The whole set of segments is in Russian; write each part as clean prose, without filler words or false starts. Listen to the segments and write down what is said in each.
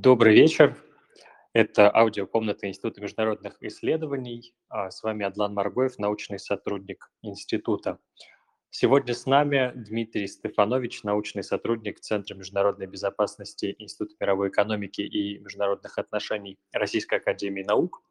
Добрый вечер. Это аудиокомната Института международных исследований. С вами Адлан Маргоев, научный сотрудник института. Сегодня с нами Дмитрий Стефанович, научный сотрудник Центра международной безопасности Института мировой экономики и международных отношений Российской академии наук.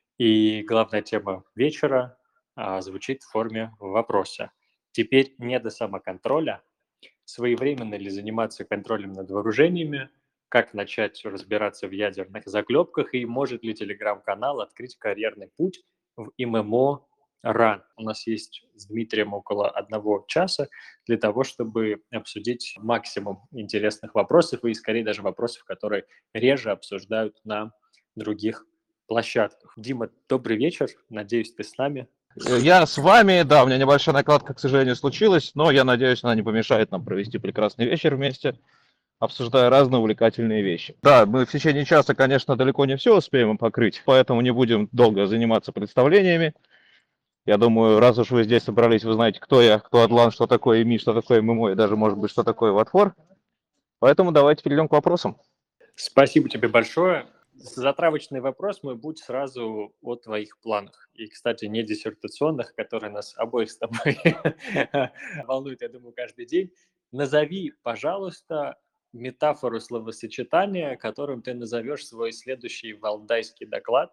И главная тема вечера звучит в форме вопроса. Теперь не до самоконтроля. Своевременно ли заниматься контролем над вооружениями? Как начать разбираться в ядерных заклепках? И может ли телеграм-канал открыть карьерный путь в ММО РАН? У нас есть с Дмитрием около 1 часа для того, чтобы обсудить максимум интересных вопросов и, скорее, даже вопросов, которые реже обсуждают на других площадках. Дима, добрый вечер. Надеюсь, ты с нами. Я с вами, да, у меня небольшая накладка, к сожалению, случилась, но я надеюсь, она не помешает нам провести прекрасный вечер вместе, обсуждая разные увлекательные вещи. Да, мы в течение часа, конечно, далеко не все успеем покрыть, поэтому не будем долго заниматься представлениями. Я думаю, раз уж вы здесь собрались, вы знаете, кто я, кто Адлан, что такое ИМИ, что такое ММО и даже, может быть, что такое Ватфор. Поэтому давайте перейдем к вопросам. Спасибо тебе большое. Затравочный вопрос мой будет сразу о твоих планах. И, кстати, не диссертационных, которые нас обоих с тобой волнуют, я думаю, каждый день. Назови, пожалуйста, метафору словосочетания, которым ты назовешь свой следующий валдайский доклад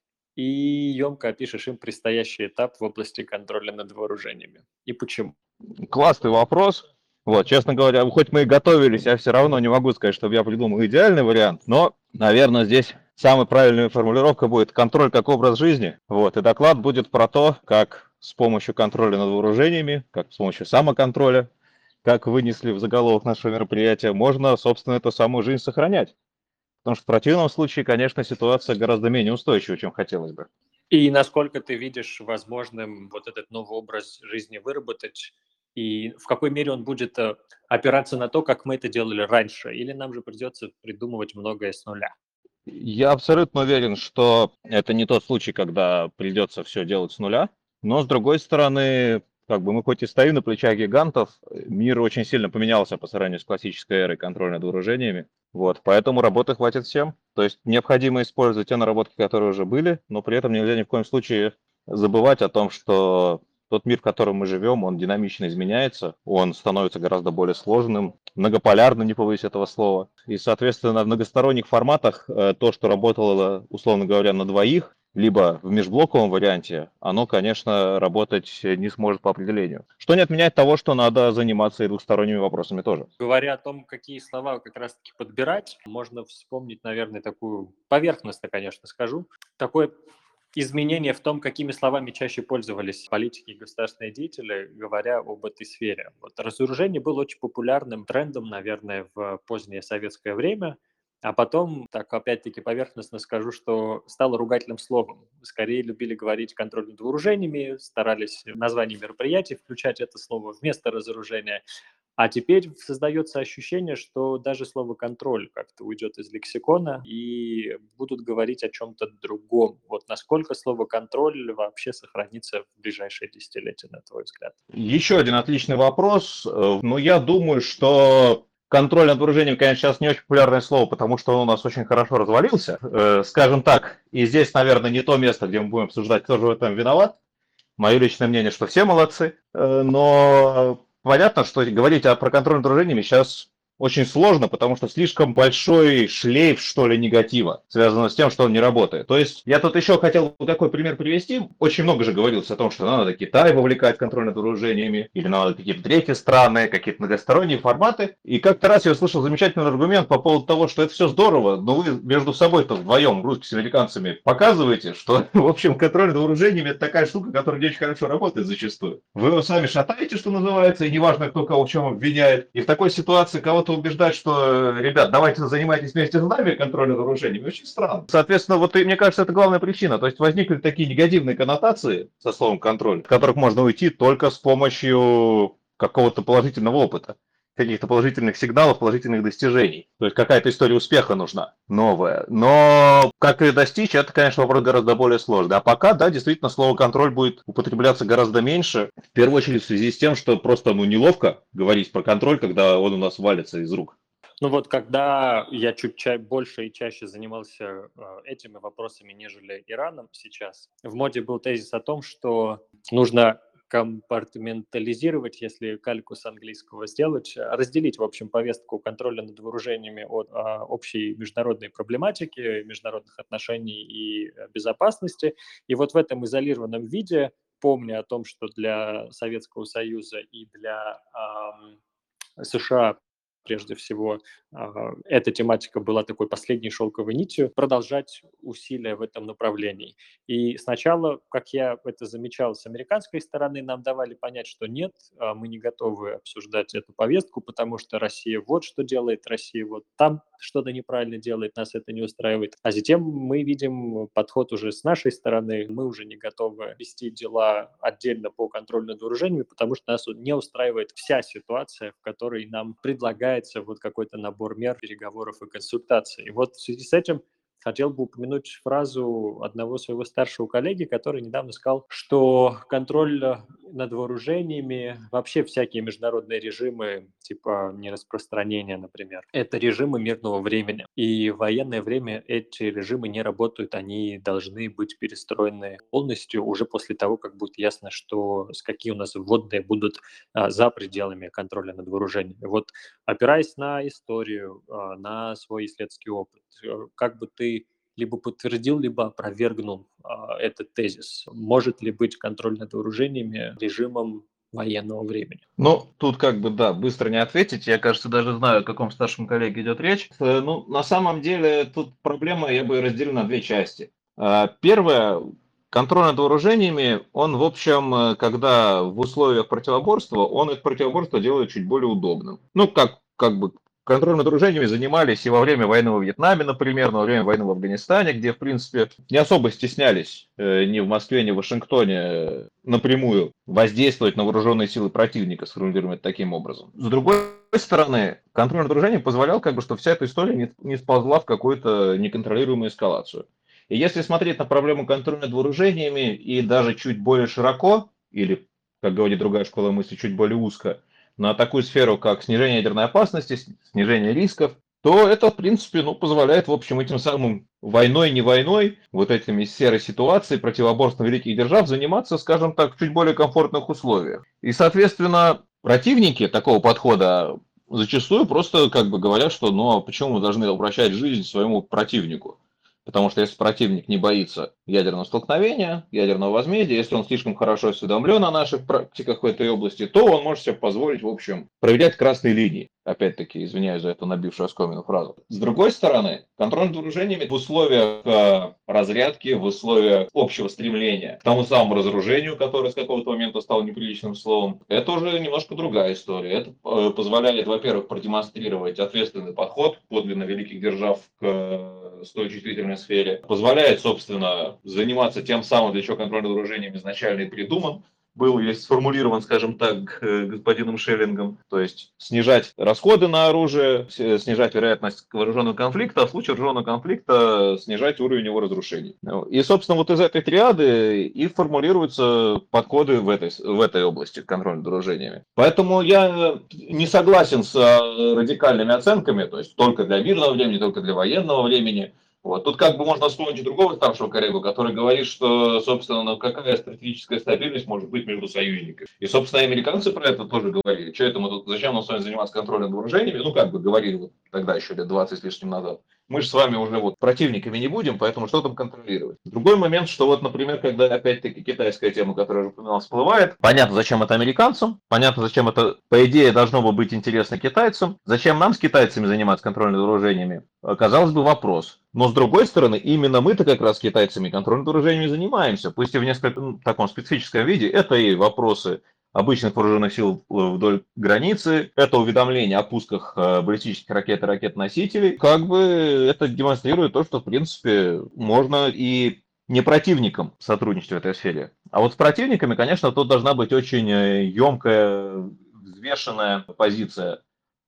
и емко опишешь им предстоящий этап в области контроля над вооружениями. И почему? Классный вопрос. Вот, честно говоря, хоть мы и готовились, я все равно не могу сказать, чтобы я придумал идеальный вариант, но, наверное, здесь самая правильная формулировка будет контроль как образ жизни. Вот, и доклад будет про то, как с помощью контроля над вооружениями, как с помощью самоконтроля, как вынесли в заголовок нашего мероприятия, можно, собственно, эту самую жизнь сохранять. Потому что в противном случае, конечно, ситуация гораздо менее устойчива, чем хотелось бы. И насколько ты видишь возможным вот этот новый образ жизни выработать, и в какой мере он будет опираться на то, как мы это делали раньше, или нам же придется придумывать многое с нуля? Я абсолютно уверен, что это не тот случай, когда придется все делать с нуля, но с другой стороны, как бы мы хоть и стоим на плечах гигантов, мир очень сильно поменялся по сравнению с классической эрой контроля над вооружениями. Вот, поэтому работы хватит всем. То есть необходимо использовать те наработки, которые уже были, но при этом нельзя ни в коем случае забывать о том, что тот мир, в котором мы живем, он динамично изменяется, он становится гораздо более сложным, многополярным, не побоюсь этого слова. И, соответственно, в многосторонних форматах то, что работало, условно говоря, на двоих, либо в межблоковом варианте, оно, конечно, работать не сможет по определению. Что не отменяет того, что надо заниматься и двухсторонними вопросами тоже. Говоря о том, какие слова как раз-таки подбирать, можно вспомнить, наверное, такую поверхностно, конечно, скажу, такое изменение в том, какими словами чаще пользовались политики и государственные деятели, говоря об этой сфере. Вот разоружение было очень популярным трендом, наверное, в позднее советское время, а потом, так опять-таки поверхностно скажу, что стало ругательным словом. Скорее любили говорить контроль над вооружениями, старались в названии мероприятий включать это слово вместо разоружения. А теперь создается ощущение, что даже слово «контроль» как-то уйдет из лексикона и будут говорить о чем-то другом. Вот насколько слово «контроль» вообще сохранится в ближайшие десятилетия, на твой взгляд? Еще один отличный вопрос. Но я думаю, что контроль над вооружением, конечно, сейчас не очень популярное слово, потому что он у нас очень хорошо развалился. Скажем так, и здесь, наверное, не то место, где мы будем обсуждать, кто же в этом виноват. Мое личное мнение, что все молодцы. Но понятно, что говорить про контроль над вооружениями сейчас очень сложно, потому что слишком большой шлейф, что ли, негатива, связано с тем, что он не работает. То есть я тут еще хотел такой пример привести. Очень много же говорилось о том, что надо Китай вовлекать в контроль над вооружениями, или надо какие-то третьи страны, какие-то многосторонние форматы. И как-то раз я услышал замечательный аргумент по поводу того, что это все здорово, но вы между собой-то вдвоем, русскими с американцами, показываете, что, в общем, контроль над вооружениями — это такая штука, которая не очень хорошо работает зачастую. Вы его сами шатаете, что называется, и неважно, кто кого в чем обвиняет. И в такой ситуации кого-то убеждать, что, ребят, давайте занимайтесь вместе с нами контролем над вооружениями, очень странно. Соответственно, вот и мне кажется, это главная причина. То есть возникли такие негативные коннотации со словом контроль, от которых можно уйти только с помощью какого-то положительного опыта, каких-то положительных сигналов, положительных достижений. То есть какая-то история успеха нужна, новая. Но как ее достичь, это, конечно, вопрос гораздо более сложный. А пока, да, действительно, слово контроль будет употребляться гораздо меньше. В первую очередь в связи с тем, что просто неловко говорить про контроль, когда он у нас валится из рук. Ну вот когда я больше и чаще занимался этими вопросами, нежели Ираном сейчас, в моде был тезис о том, что нужно компартментализировать, если кальку с английского сделать, разделить, в общем, повестку контроля над вооружениями от общей международной проблематики, международных отношений и безопасности. И вот в этом изолированном виде, помня о том, что для Советского Союза и для США прежде всего, эта тематика была такой последней шелковой нитью, продолжать усилия в этом направлении. И сначала, как я это замечал с американской стороны, нам давали понять, что нет, мы не готовы обсуждать эту повестку, потому что Россия вот что делает, Россия вот там что-то неправильно делает, нас это не устраивает. А затем мы видим подход уже с нашей стороны, мы уже не готовы вести дела отдельно по контролю над вооружениями, потому что нас не устраивает вся ситуация, в которой нам предлагается вот какой-то набор мер, переговоров и консультаций. И вот в связи с этим хотел бы упомянуть фразу одного своего старшего коллеги, который недавно сказал, что контроль над вооружениями, вообще всякие международные режимы, типа нераспространения, например, это режимы мирного времени. И в военное время эти режимы не работают, они должны быть перестроены полностью уже после того, как будет ясно, что какие у нас вводные будут за пределами контроля над вооружениями. Вот опираясь на историю, на свой исследовательский опыт, как бы ты либо подтвердил, либо опровергнул этот тезис? Может ли быть контроль над вооружениями режимом военного времени? Ну, тут как бы, да, быстро не ответить. Я, кажется, даже знаю, о каком старшем коллеге идет речь. Ну, на самом деле, тут проблема я бы разделил на две части. Первое, контроль над вооружениями, он, в общем, когда в условиях противоборства, он это противоборство делает чуть более удобным. Ну, как бы контролем над вооружениями занимались и во время войны во Вьетнаме, например, во время войны в Афганистане, где, в принципе, не особо стеснялись ни в Москве, ни в Вашингтоне напрямую воздействовать на вооруженные силы противника, сформулируем это таким образом. С другой стороны, контроль над вооружением позволял, как бы, чтобы вся эта история не сползла в какую-то неконтролируемую эскалацию. И если смотреть на проблему контроля над вооружениями и даже чуть более широко, или, как говорит другая школа мысли, чуть более узко, на такую сферу, как снижение ядерной опасности, снижение рисков, то это, в принципе, ну, позволяет, в общем, этим самым войной, не войной, вот этими серой ситуацией, противоборством великих держав заниматься, скажем так, в чуть более комфортных условиях. И, соответственно, противники такого подхода зачастую просто как бы говорят, что ну а почему мы должны упрощать жизнь своему противнику? Потому что если противник не боится ядерного столкновения, ядерного возмездия, если он слишком хорошо осведомлен о наших практиках в этой области, то он может себе позволить, в общем, проверять красные линии. Опять-таки, извиняюсь за эту набившую оскомину фразу. С другой стороны, контроль над вооружениями в условиях разрядки, в условиях общего стремления к тому самому разоружению, которое с какого-то момента стало неприличным словом, это уже немножко другая история. Это позволяет, во-первых, продемонстрировать ответственный подход подлинно великих держав к столь чувствительной сфере, позволяет, собственно, заниматься тем самым, для чего контроль над вооружением изначально и придуман, был или сформулирован, скажем так, господином Шеллингом, то есть снижать расходы на оружие, снижать вероятность вооруженного конфликта, а в случае вооруженного конфликта снижать уровень его разрушений. И, собственно, вот из этой триады и формулируются подходы в этой области контроля над вооружениями. Поэтому я не согласен с радикальными оценками, то есть только для мирного времени, только для военного времени. Вот. Тут как бы можно вспомнить другого старшего коллегу, который говорит, что, собственно, ну, какая стратегическая стабильность может быть между союзниками. И, собственно, американцы про это тоже говорили. Что это мы тут, зачем нам с вами заниматься контролем над вооружениями? Ну, как бы говорили вот тогда еще лет 20 с лишним назад. Мы же с вами уже вот противниками не будем, поэтому что там контролировать? Другой момент, что вот, например, когда опять-таки китайская тема, которая уже упоминалась, всплывает, понятно, зачем это американцам, понятно, зачем это, по идее, должно бы быть интересно китайцам, зачем нам с китайцами заниматься контролем над вооружениями, казалось бы, вопрос. Но с другой стороны, именно мы-то как раз с китайцами контролем над вооружениями занимаемся, пусть и в несколько таком специфическом виде. Это и вопросы обычных вооруженных сил вдоль границы, это уведомление о пусках баллистических ракет и ракет-носителей. Как бы это демонстрирует то, что, в принципе, можно и не противникам сотрудничать в этой сфере. А вот с противниками, конечно, тут должна быть очень емкая, взвешенная позиция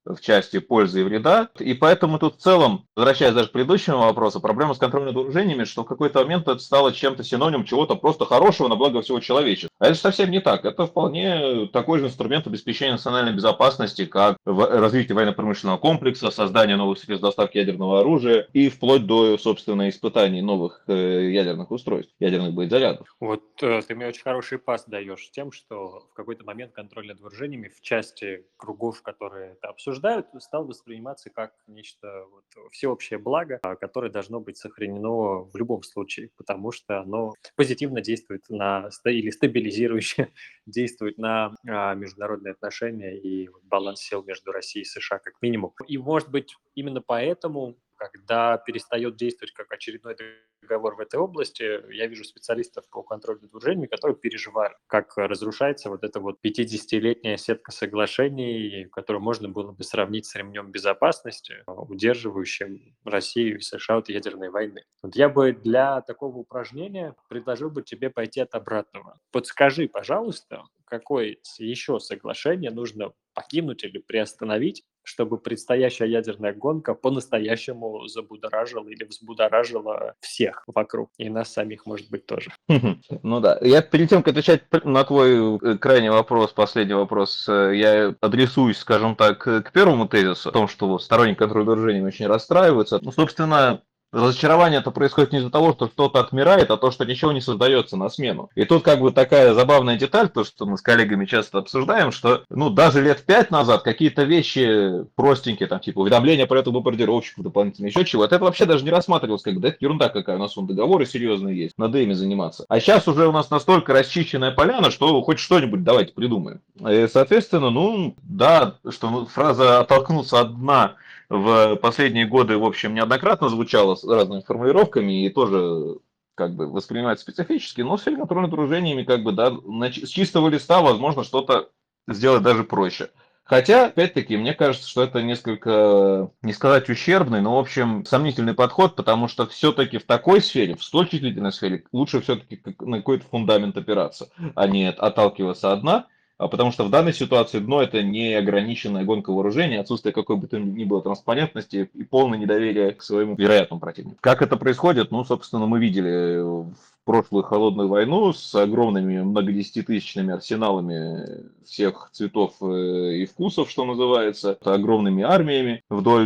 в части пользы и вреда. И поэтому тут в целом, возвращаясь даже к предыдущему вопросу, проблема с контрольными вооружениями, что в какой-то момент это стало чем-то синонимом чего-то просто хорошего на благо всего человечества. А это же совсем не так. Это вполне такой же инструмент обеспечения национальной безопасности, как развитие военно-промышленного комплекса, создание новых средств доставки ядерного оружия и вплоть до, собственно, испытаний новых ядерных устройств, ядерных боезарядов. Вот ты мне очень хороший пас даешь тем, что в какой-то момент контроль над вооружениями в части кругов, которые это обсуждают, стал восприниматься как нечто вот, всеобщее благо, которое должно быть сохранено в любом случае, потому что оно позитивно действует на или стабилизирующе действует на международные отношения и вот баланс сил между Россией и США как минимум. И может быть именно поэтому, когда перестает действовать как очередной договор в этой области, я вижу специалистов по контролю над вооружениями, которые переживают, как разрушается вот эта вот 50-летняя сетка соглашений, которую можно было бы сравнить с ремнем безопасности, удерживающим Россию и США от ядерной войны. Вот я бы для такого упражнения предложил бы тебе пойти от обратного. Подскажи, пожалуйста, какое еще соглашение нужно покинуть или приостановить, чтобы предстоящая ядерная гонка по-настоящему забудоражила или взбудоражила всех вокруг, и нас самих, может быть, тоже. Ну да. Я перед тем, как отвечать на твой крайний вопрос, последний вопрос, я адресуюсь, скажем так, к первому тезису, о том, что вот сторонники контроля вооружений очень расстраиваются. Ну, собственно, разочарование это происходит не из-за того, что что-то отмирает, а то, что ничего не создается на смену. И тут как бы такая забавная деталь, то, что мы с коллегами часто обсуждаем, что, ну, даже лет 5 назад какие-то вещи простенькие, там, типа уведомления про это бомбардировщиков дополнительно, еще чего, это вообще даже не рассматривалось, как, да, это ерунда какая, у нас вон договоры серьезные есть, надо ими заниматься. А сейчас уже у нас настолько расчищенная поляна, что хоть что-нибудь давайте придумаем. И, соответственно, ну, да, что фраза «оттолкнуться от дна» в последние годы, в общем, неоднократно звучало с разными формулировками и тоже как бы воспринимается специфически, но с контрольными вооружениями, как бы, да, с чистого листа возможно что-то сделать даже проще. Хотя, опять-таки, мне кажется, что это несколько, не сказать ущербный, но, в общем, сомнительный подход, потому что все-таки в такой сфере, в столь чувствительной сфере, лучше все-таки на какой-то фундамент опираться, а не отталкиваться от дна. Потому что в данной ситуации дно это не ограниченная гонка вооружений, отсутствие какой бы то ни было транспарентности и полное недоверие к своему вероятному противнику. Как это происходит? Ну, собственно, мы видели в прошлую холодную войну с огромными многодесятитысячными арсеналами всех цветов и вкусов, что называется, огромными армиями вдоль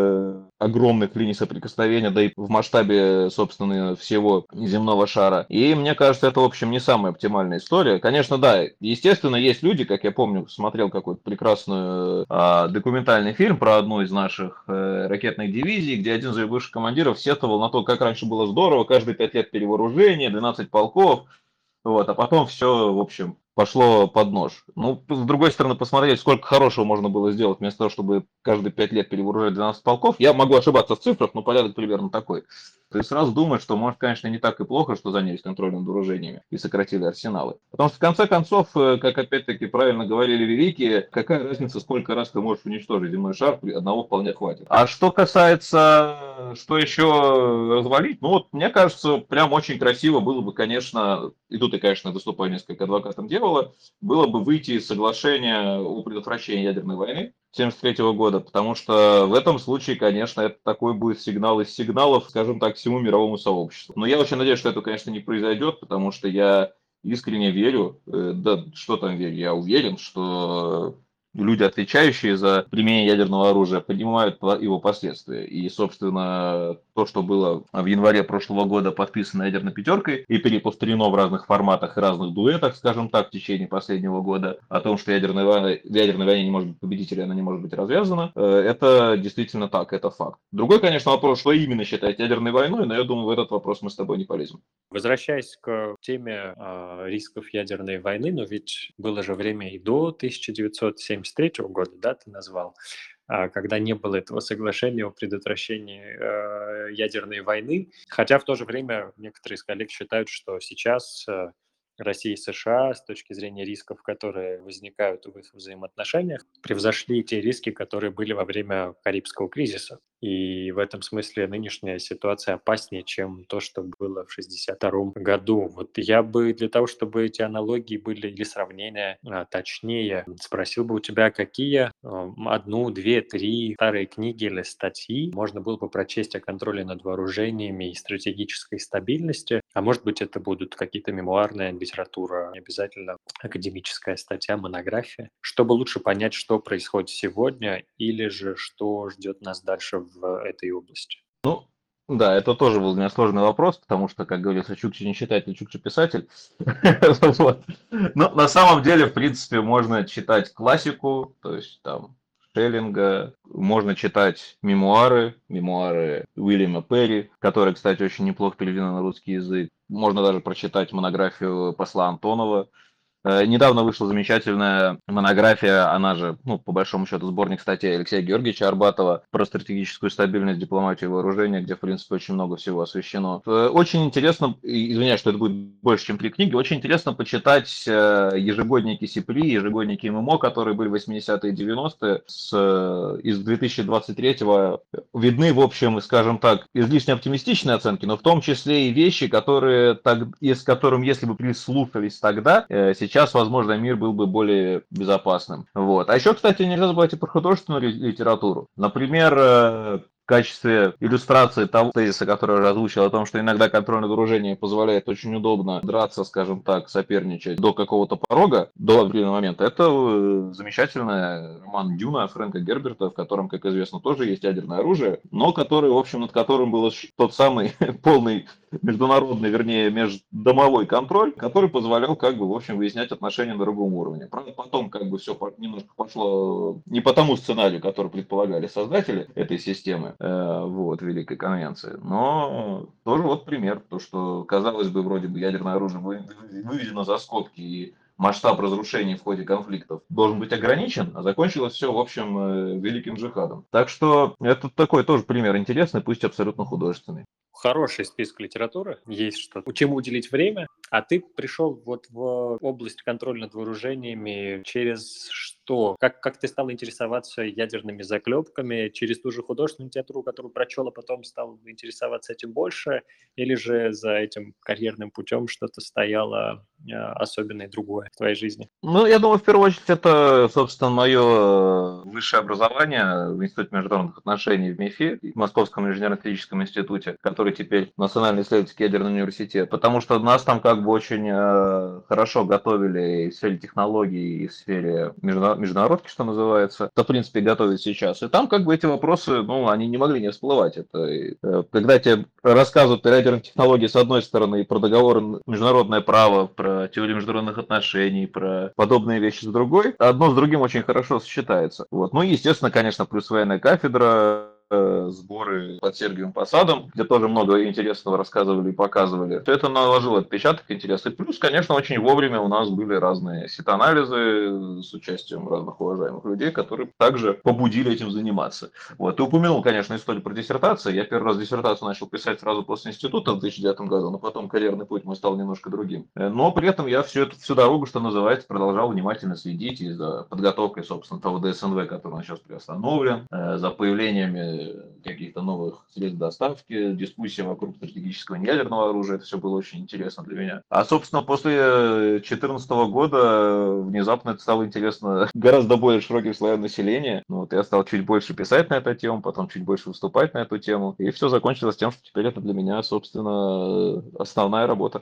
огромных линий соприкосновения, да и в масштабе, собственно, всего земного шара. И мне кажется, это, в общем, не самая оптимальная история. Конечно, да, естественно, есть люди, как я помню, смотрел какой-то прекрасный документальный фильм про одну из наших ракетных дивизий, где один из высших командиров сетовал на то, как раньше было здорово, каждые 5 лет перевооружение, 12 полков, вот, а потом все, в общем, пошло под нож. Ну, с другой стороны, посмотреть, сколько хорошего можно было сделать, вместо того, чтобы каждые 5 лет перевооружать 12 полков. Я могу ошибаться в цифрах, но порядок примерно такой. Ты сразу думаешь, что, может, конечно, не так и плохо, что занялись контролем над вооружениями и сократили арсеналы. Потому что, в конце концов, как опять-таки правильно говорили великие, какая разница, сколько раз ты можешь уничтожить земной шар, одного вполне хватит. А что касается, что еще развалить, ну вот, мне кажется, прям очень красиво было бы, конечно, и тут я, конечно, выступаю несколько адвокатом дьявола, было бы выйти из соглашения о предотвращении ядерной войны 1973 года, потому что в этом случае, конечно, это такой будет сигнал из сигналов, скажем так, всему мировому сообществу. Но я очень надеюсь, что это, конечно, не произойдет, потому что я искренне верю, да что там верю, я уверен, что люди, отвечающие за применение ядерного оружия, понимают его последствия. И, собственно, то, что было в январе прошлого года подписано ядерной пятеркой и переповторено в разных форматах и разных дуэтах, скажем так, в течение последнего года, о том, что в ядерной войне не может быть победителя, она не может быть развязана, это действительно так, это факт. Другой, конечно, вопрос, что именно считать ядерной войной, но я думаю, в этот вопрос мы с тобой не полезем. Возвращаясь к теме рисков ядерной войны, но ведь было же время и до 1973 года, да, ты назвал, когда не было этого соглашения о предотвращении ядерной войны. Хотя в то же время некоторые из коллег считают, что сейчас Россия и США с точки зрения рисков, которые возникают в их взаимоотношениях, превзошли те риски, которые были во время Карибского кризиса. И в этом смысле нынешняя ситуация опаснее, чем то, что было в 1962 году. Вот я бы для того, чтобы эти аналогии были или сравнения точнее, спросил бы у тебя, какие одну, две, три старые книги или статьи можно было бы прочесть о контроле над вооружениями и стратегической стабильности. А может быть, это будут какие-то мемуарная литература, не обязательно академическая статья, монография, чтобы лучше понять, что происходит сегодня или же что ждет нас дальше в этой области. Ну, да, это тоже был для меня сложный вопрос, потому что, как говорится, Чукча не читатель, Чукча писатель. Вот. Но на самом деле, в принципе, можно читать классику, то есть там Шеллинга, можно читать мемуары Уильяма Перри, которые, кстати, очень неплохо переведены на русский язык. Можно даже прочитать монографию посла Антонова. Недавно вышла замечательная монография, она же, ну, по большому счету, сборник статей Алексея Георгиевича Арбатова про стратегическую стабильность, дипломатию и вооружение, где, в принципе, очень много всего освещено. Очень интересно, извиняюсь, что это будет больше, чем 3 книги, очень интересно почитать ежегодники СИПРИ, ежегодники ММО, которые были в 80-е и 90-е, из 2023-го. Видны, в общем, скажем так, излишне оптимистичные оценки, но в том числе и вещи, которые, с которым, если бы прислушались тогда, сейчас, возможно, мир был бы более безопасным. Вот. А еще, кстати, нельзя забывать и про художественную литературу. Например, в качестве иллюстрации того тезиса, который я уже озвучил, о том, что иногда контроль над вооружением позволяет очень удобно драться, скажем так, соперничать до какого-то порога, до определенного момента, это замечательный роман «Дюна» Фрэнка Герберта, в котором, как известно, тоже есть ядерное оружие, но который, в общем, над которым был тот самый полный международный, вернее, междомовой контроль, который позволял, как бы, в общем, выяснять отношения на другом уровне. Правда, потом, как бы, все немножко пошло не по тому сценарию, который предполагали создатели этой системы, вот, Великой Конвенции. Но тоже вот пример, то, что, казалось бы, вроде бы ядерное оружие выведено за скобки, и масштаб разрушений в ходе конфликтов должен быть ограничен, а закончилось все, в общем, великим джихадом. Так что это такой тоже пример интересный, пусть абсолютно художественный. Хороший список литературы, есть что чему уделить время, а ты пришел вот в область контроля над вооружениями через что? Как ты стал интересоваться ядерными заклепками? Через ту же художественную литературу, которую прочел, а потом стал интересоваться этим больше? Или же за этим карьерным путем что-то стояло особенное другое в твоей жизни? Ну, я думаю, в первую очередь, это, собственно, мое высшее образование в Институте международных отношений в МИФИ, в Московском инженерно-техническом институте, который теперь Национальный исследовательский ядерный университет, потому что нас там как бы очень хорошо готовили и в сфере технологий, и в сфере международки, что называется, это, в принципе, готовят сейчас. И там как бы эти вопросы, ну, они не могли не всплывать. Когда тебе рассказывают про ядерные технологии с одной стороны, и про договоры, международное право, про теорию международных отношений, про подобные вещи с другой, одно с другим очень хорошо сочетается. Вот. Ну и, естественно, конечно, плюс военная кафедра, сборы под Сергиевым Посадом, где тоже много интересного рассказывали и показывали. Все это наложило отпечаток интересный. Плюс, конечно, очень вовремя у нас были разные сит-анализы с участием разных уважаемых людей, которые также побудили этим заниматься. Вот. Ты упомянул, конечно, историю про диссертацию. Я первый раз диссертацию начал писать сразу после института в 2009 году, но потом карьерный путь мой стал немножко другим. Но при этом я всю дорогу, что называется, продолжал внимательно следить и за подготовкой, собственно, того ДСНВ, который у нас сейчас приостановлен, за появлениями каких-то новых средств доставки, дискуссия вокруг стратегического неядерного оружия, это все было очень интересно для меня. А, собственно, после 2014 года внезапно это стало интересно гораздо более широким слоям населения. Вот, я стал чуть больше писать на эту тему, потом чуть больше выступать на эту тему, и все закончилось тем, что теперь это для меня, собственно, основная работа.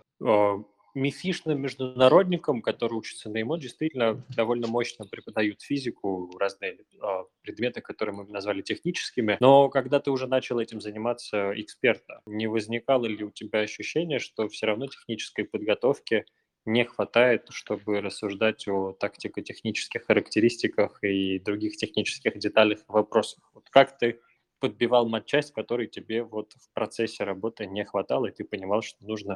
Мифишным международникам, которые учатся на ИМО, действительно довольно мощно преподают физику, разные предметы, которые мы назвали техническими. Но когда ты уже начал этим заниматься эксперта, не возникало ли у тебя ощущение, что все равно технической подготовки не хватает, чтобы рассуждать о тактико-технических характеристиках и других технических деталях и вопросах? Вот как ты подбивал матчасть, которой тебе вот в процессе работы не хватало, и ты понимал, что нужно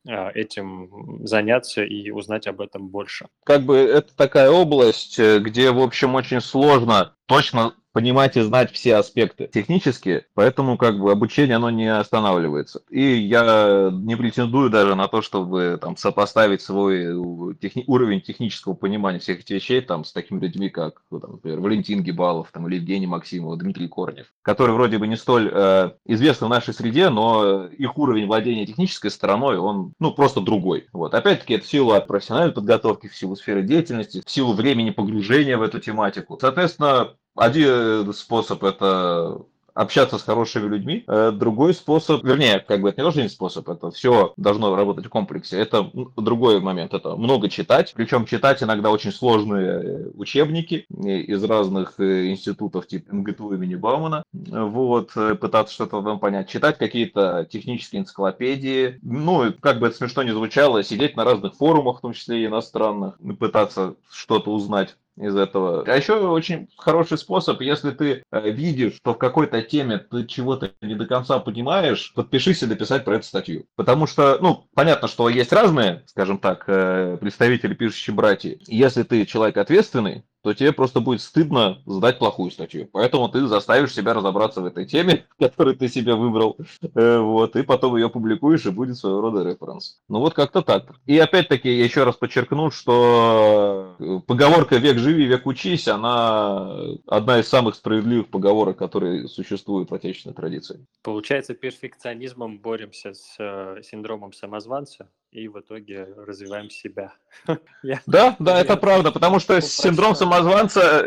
этим заняться и узнать об этом больше? Как бы это такая область, где, в общем, очень сложно точно понимать и знать все аспекты технические, поэтому как бы обучение оно не останавливается. И я не претендую даже на то, чтобы там сопоставить свой уровень технического понимания всех этих вещей там с такими людьми, как, ну, там, например, Валентин Гибалов, там, или Евгений Максимов, Дмитрий Корнев, которые вроде бы не столь известны в нашей среде, но их уровень владения технической стороной, он, ну, просто другой. Вот. Опять-таки, это в силу профессиональной подготовки, в силу сферы деятельности, в силу времени погружения в эту тематику. Соответственно, один способ – это общаться с хорошими людьми. Другой способ, вернее, как бы это не тоже не способ, это все должно работать в комплексе. Это другой момент, это много читать, причем читать иногда очень сложные учебники из разных институтов типа МГТУ имени Баумана, вот, пытаться что-то там понять, читать какие-то технические энциклопедии, ну, как бы это смешно не звучало, сидеть на разных форумах, в том числе и иностранных, пытаться что-то узнать из этого. А еще очень хороший способ, если ты видишь, что в какой-то теме ты чего-то не до конца понимаешь, подпишись и написать про это статью. Потому что, ну, понятно, что есть разные, скажем так, представители пишущей братьи. Если ты человек ответственный, то тебе просто будет стыдно сдать плохую статью. Поэтому ты заставишь себя разобраться в этой теме, которую ты себе выбрал, вот, и потом ее публикуешь, и будет своего рода референс. Ну вот как-то так. И опять-таки я еще раз подчеркну, что поговорка «век живи, век учись», она одна из самых справедливых поговорок, которые существуют в отечественной традиции. Получается, перфекционизмом боремся с синдромом самозванца и в итоге развиваем себя. Да, это правда, потому что синдром самозванца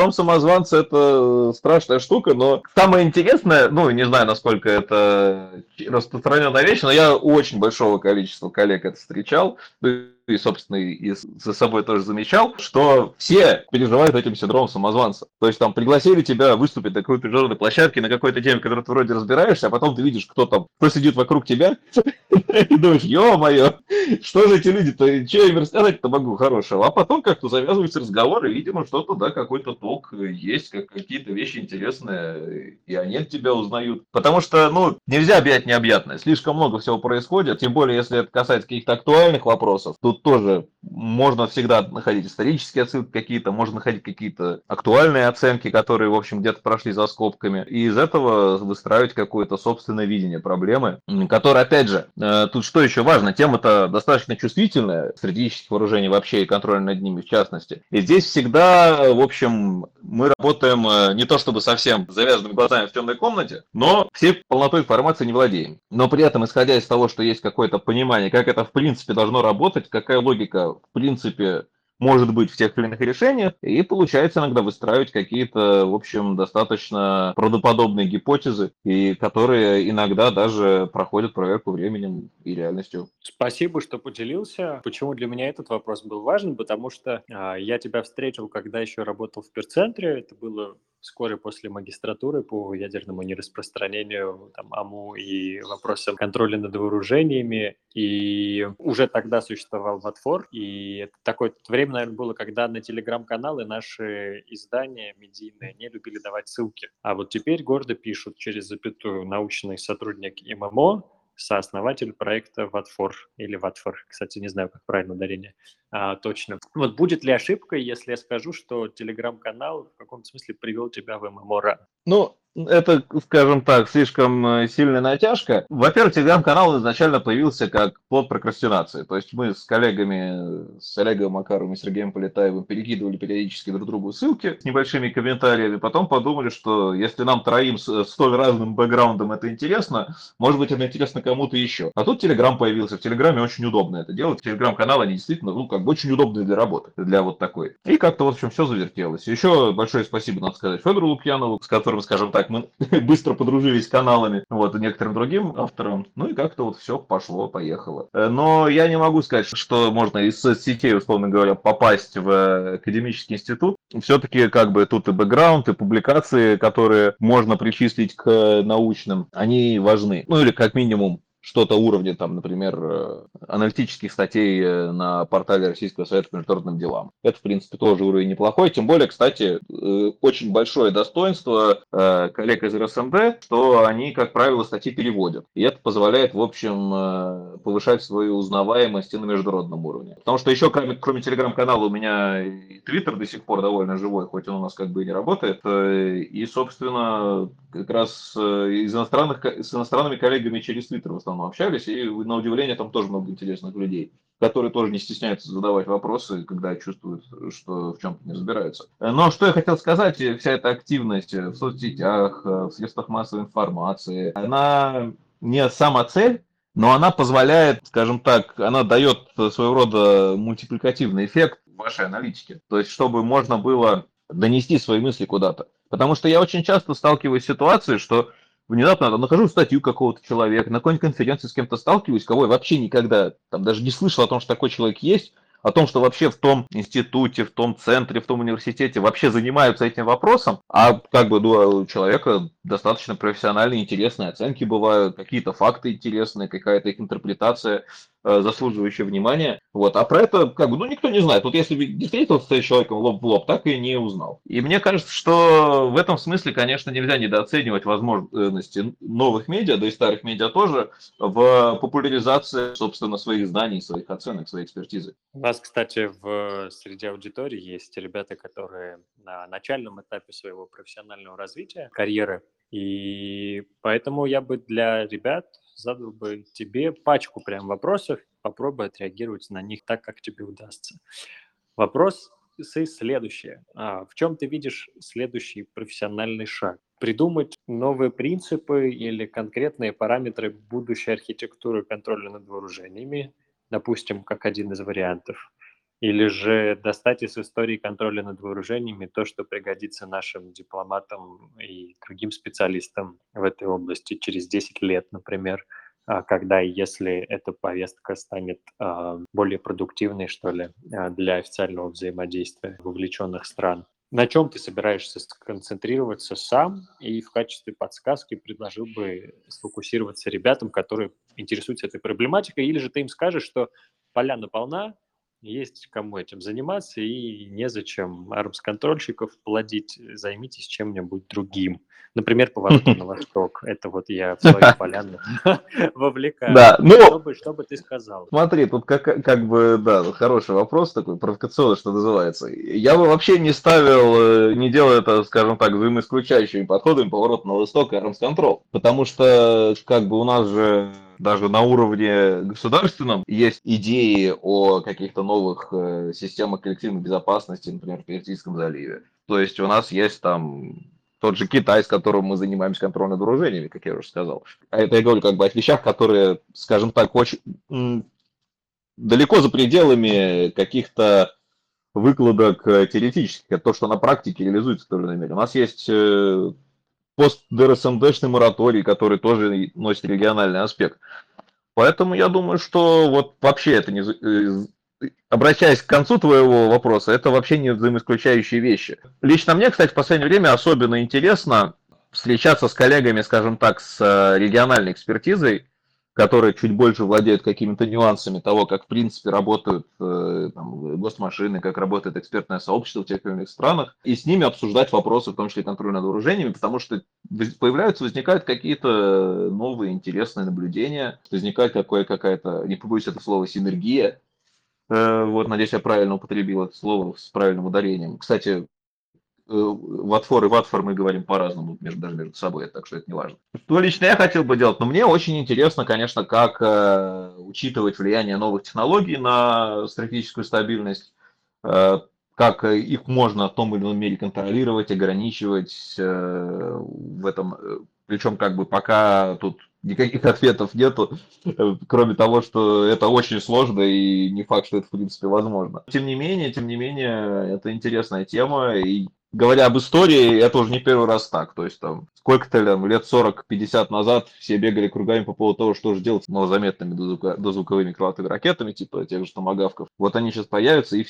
это страшная штука, но самое интересное, ну, не знаю, насколько это распространенная вещь, но я у очень большого количества коллег это встречал, и, собственно, и за собой тоже замечал, что все переживают этим синдромом самозванца. То есть там пригласили тебя выступить на какой-то международной площадке, на какой-то теме, в которой ты вроде разбираешься, а потом ты видишь, кто сидит вокруг тебя, и думаешь, ё-моё, что же эти люди-то, что я им рассказать-то могу хорошего? А потом как-то завязываются разговоры, видимо, что-то, да, какой-то толк есть, какие-то вещи интересные, и они от тебя узнают. Потому что, ну, нельзя объять необъятное, слишком много всего происходит, тем более, если это касается каких-то актуальных вопросов, тут тоже можно всегда находить исторические отсылки какие-то, можно находить какие-то актуальные оценки, которые, в общем, где-то прошли за скобками, и из этого выстраивать какое-то собственное видение проблемы, которое, опять же, тут что еще важно, тема-то достаточно чувствительная, стратегических вооружений вообще и контроль над ними в частности. И здесь всегда, в общем, мы работаем не то чтобы совсем завязанными глазами в темной комнате, но всей полнотой информации не владеем. Но при этом, исходя из того, что есть какое-то понимание, как это в принципе должно работать, какая логика в принципе может быть в тех или иных решениях, и получается иногда выстраивать какие-то, в общем, достаточно правдоподобные гипотезы, и которые иногда даже проходят проверку временем и реальностью. Спасибо, что поделился. Почему для меня этот вопрос был важен? Потому что я тебя встретил, когда еще работал в Перцентре. Это было вскоре после магистратуры по ядерному нераспространению, там, АМУ и вопросам контроля над вооружениями. И уже тогда существовал Ватфор. И это такое время, наверное, было, когда на телеграм-каналы наши издания медийные не любили давать ссылки. А вот теперь гордо пишут через запятую научный сотрудник ММО, сооснователь проекта Ватфор или Ватфор, кстати, не знаю, как правильно ударение точно. Вот будет ли ошибкой, если я скажу, что телеграм-канал в каком-то смысле привел тебя в ММО? Ну, это, скажем так, слишком сильная натяжка. Во-первых, телеграм-канал изначально появился как плод прокрастинации. То есть мы с коллегами, с Олегом Макаровым и Сергеем Полетаевым перекидывали периодически друг другу ссылки с небольшими комментариями. Потом подумали, что если нам троим с столь разным бэкграундом это интересно, может быть, это интересно кому-то еще. А тут Телеграм появился. В Телеграме очень удобно это делать. Телеграм-канал, они действительно, ну, как бы очень удобные для работы, для вот такой. И как-то, в общем, все завертелось. Еще большое спасибо, надо сказать, Федору Лукьянову, с которым, скажем так, мы быстро подружились с каналами, вот, и некоторым другим авторам. Ну и как-то вот все пошло-поехало. Но я не могу сказать, что можно из соцсетей, условно говоря, попасть в академический институт. Все-таки как бы тут и бэкграунд, и публикации, которые можно причислить к научным, они важны. Ну или как минимум что-то уровня, там, например, аналитических статей на портале Российского совета по международным делам. Это, в принципе, тоже уровень неплохой. Тем более, кстати, очень большое достоинство коллег из РСМД, что они, как правило, статьи переводят. И это позволяет, в общем, повышать свою узнаваемость и на международном уровне. Потому что еще, кроме телеграм-канала, у меня и Твиттер до сих пор довольно живой, хоть он у нас как бы и не работает. И, собственно, как раз с иностранными коллегами через Твиттер в основном общались, и на удивление там тоже много интересных людей, которые тоже не стесняются задавать вопросы, когда чувствуют, что в чем-то не разбираются. Но что я хотел сказать, вся эта активность в соцсетях, в средствах массовой информации, она не сама цель, но она позволяет, скажем так, она дает своего рода мультипликативный эффект вашей аналитике. То есть, чтобы можно было донести свои мысли куда-то. Потому что я очень часто сталкиваюсь с ситуацией, что внезапно там, нахожу статью какого-то человека, на какой-нибудь конференции с кем-то сталкиваюсь, кого я вообще никогда там даже не слышал о том, что такой человек есть, о том, что вообще в том институте, в том центре, в том университете вообще занимаются этим вопросом, а как бы у человека достаточно профессиональные, интересные оценки бывают, какие-то факты интересные, какая-то их интерпретация заслуживающая внимания. Вот. А про это как бы, ну, никто не знает. Вот если бы не встретился с этим человеком лоб в лоб, так и не узнал. И мне кажется, что в этом смысле, конечно, нельзя недооценивать возможности новых медиа, да и старых медиа тоже, в популяризации, собственно, своих знаний, своих оценок, своей экспертизы. У нас, кстати, среди аудитории есть ребята, которые на начальном этапе своего профессионального развития, карьеры, и поэтому я бы для ребят задал бы тебе пачку прям вопросов, попробуй отреагировать на них так, как тебе удастся. Вопрос следующий. В чем ты видишь следующий профессиональный шаг? Придумать новые принципы или конкретные параметры будущей архитектуры контроля над вооружениями, допустим, как один из вариантов. Или же достать из истории контроля над вооружениями то, что пригодится нашим дипломатам и другим специалистам в этой области через 10 лет, например, когда и если эта повестка станет более продуктивной, что ли, для официального взаимодействия вовлеченных стран. На чем ты собираешься сконцентрироваться сам и в качестве подсказки предложил бы сфокусироваться ребятам, которые интересуются этой проблематикой, или же ты им скажешь, что поляна полна, есть кому этим заниматься и незачем армс-контрольщиков плодить, займитесь чем-нибудь другим. Например, поворотом на восток. Это вот я в свою поляну вовлекаю. Да, ну, Что бы ты сказал? смотри, тут как бы, да, хороший вопрос такой, провокационный, что называется. Я бы вообще не ставил, не делал это, скажем так, взаимоисключающими подходами поворот на восток и армс-контрол. Потому что, как бы, у нас же даже на уровне государственном есть идеи о каких-то новых системах коллективной безопасности, например, в Персидском заливе. То есть у нас есть там тот же Китай, с которым мы занимаемся контролем над вооружениями, как я уже сказал. А это я говорю как бы о вещах, которые, скажем так, очень далеко за пределами каких-то выкладок теоретических. Это то, что на практике реализуется в той или иной мере. У нас есть пост-ДРСМДшный мораторий, который тоже носит региональный аспект. Поэтому я думаю, что вот вообще это не... Обращаясь к концу твоего вопроса, это вообще не взаимоисключающие вещи. Лично мне, кстати, в последнее время особенно интересно встречаться с коллегами, скажем так, с региональной экспертизой, которые чуть больше владеют какими-то нюансами того, как в принципе работают там, госмашины, как работает экспертное сообщество в тех или иных странах, и с ними обсуждать вопросы, в том числе контроля над вооружениями, потому что возникают какие-то новые интересные наблюдения, возникает какая-то, не побоюсь этого слова, синергия. Вот, надеюсь, я правильно употребил это слово с правильным ударением. Кстати, ватфор и ватфор мы говорим по-разному, даже между собой, так что это не важно. Что лично я хотел бы делать? Но мне очень интересно, конечно, как учитывать влияние новых технологий на стратегическую стабильность, как их можно в том или ином мере контролировать, ограничивать в этом. Причем как бы пока тут никаких ответов нету, кроме того, что это очень сложно и не факт, что это в принципе возможно. Тем не менее, это интересная тема, и говоря об истории, это уже не первый раз так. То есть там сколько-то там, лет 40-50 назад все бегали кругами по поводу того, что же делать с малозаметными дозвуковыми крылатыми ракетами, типа тех же томагавков. Вот они сейчас появятся, и все.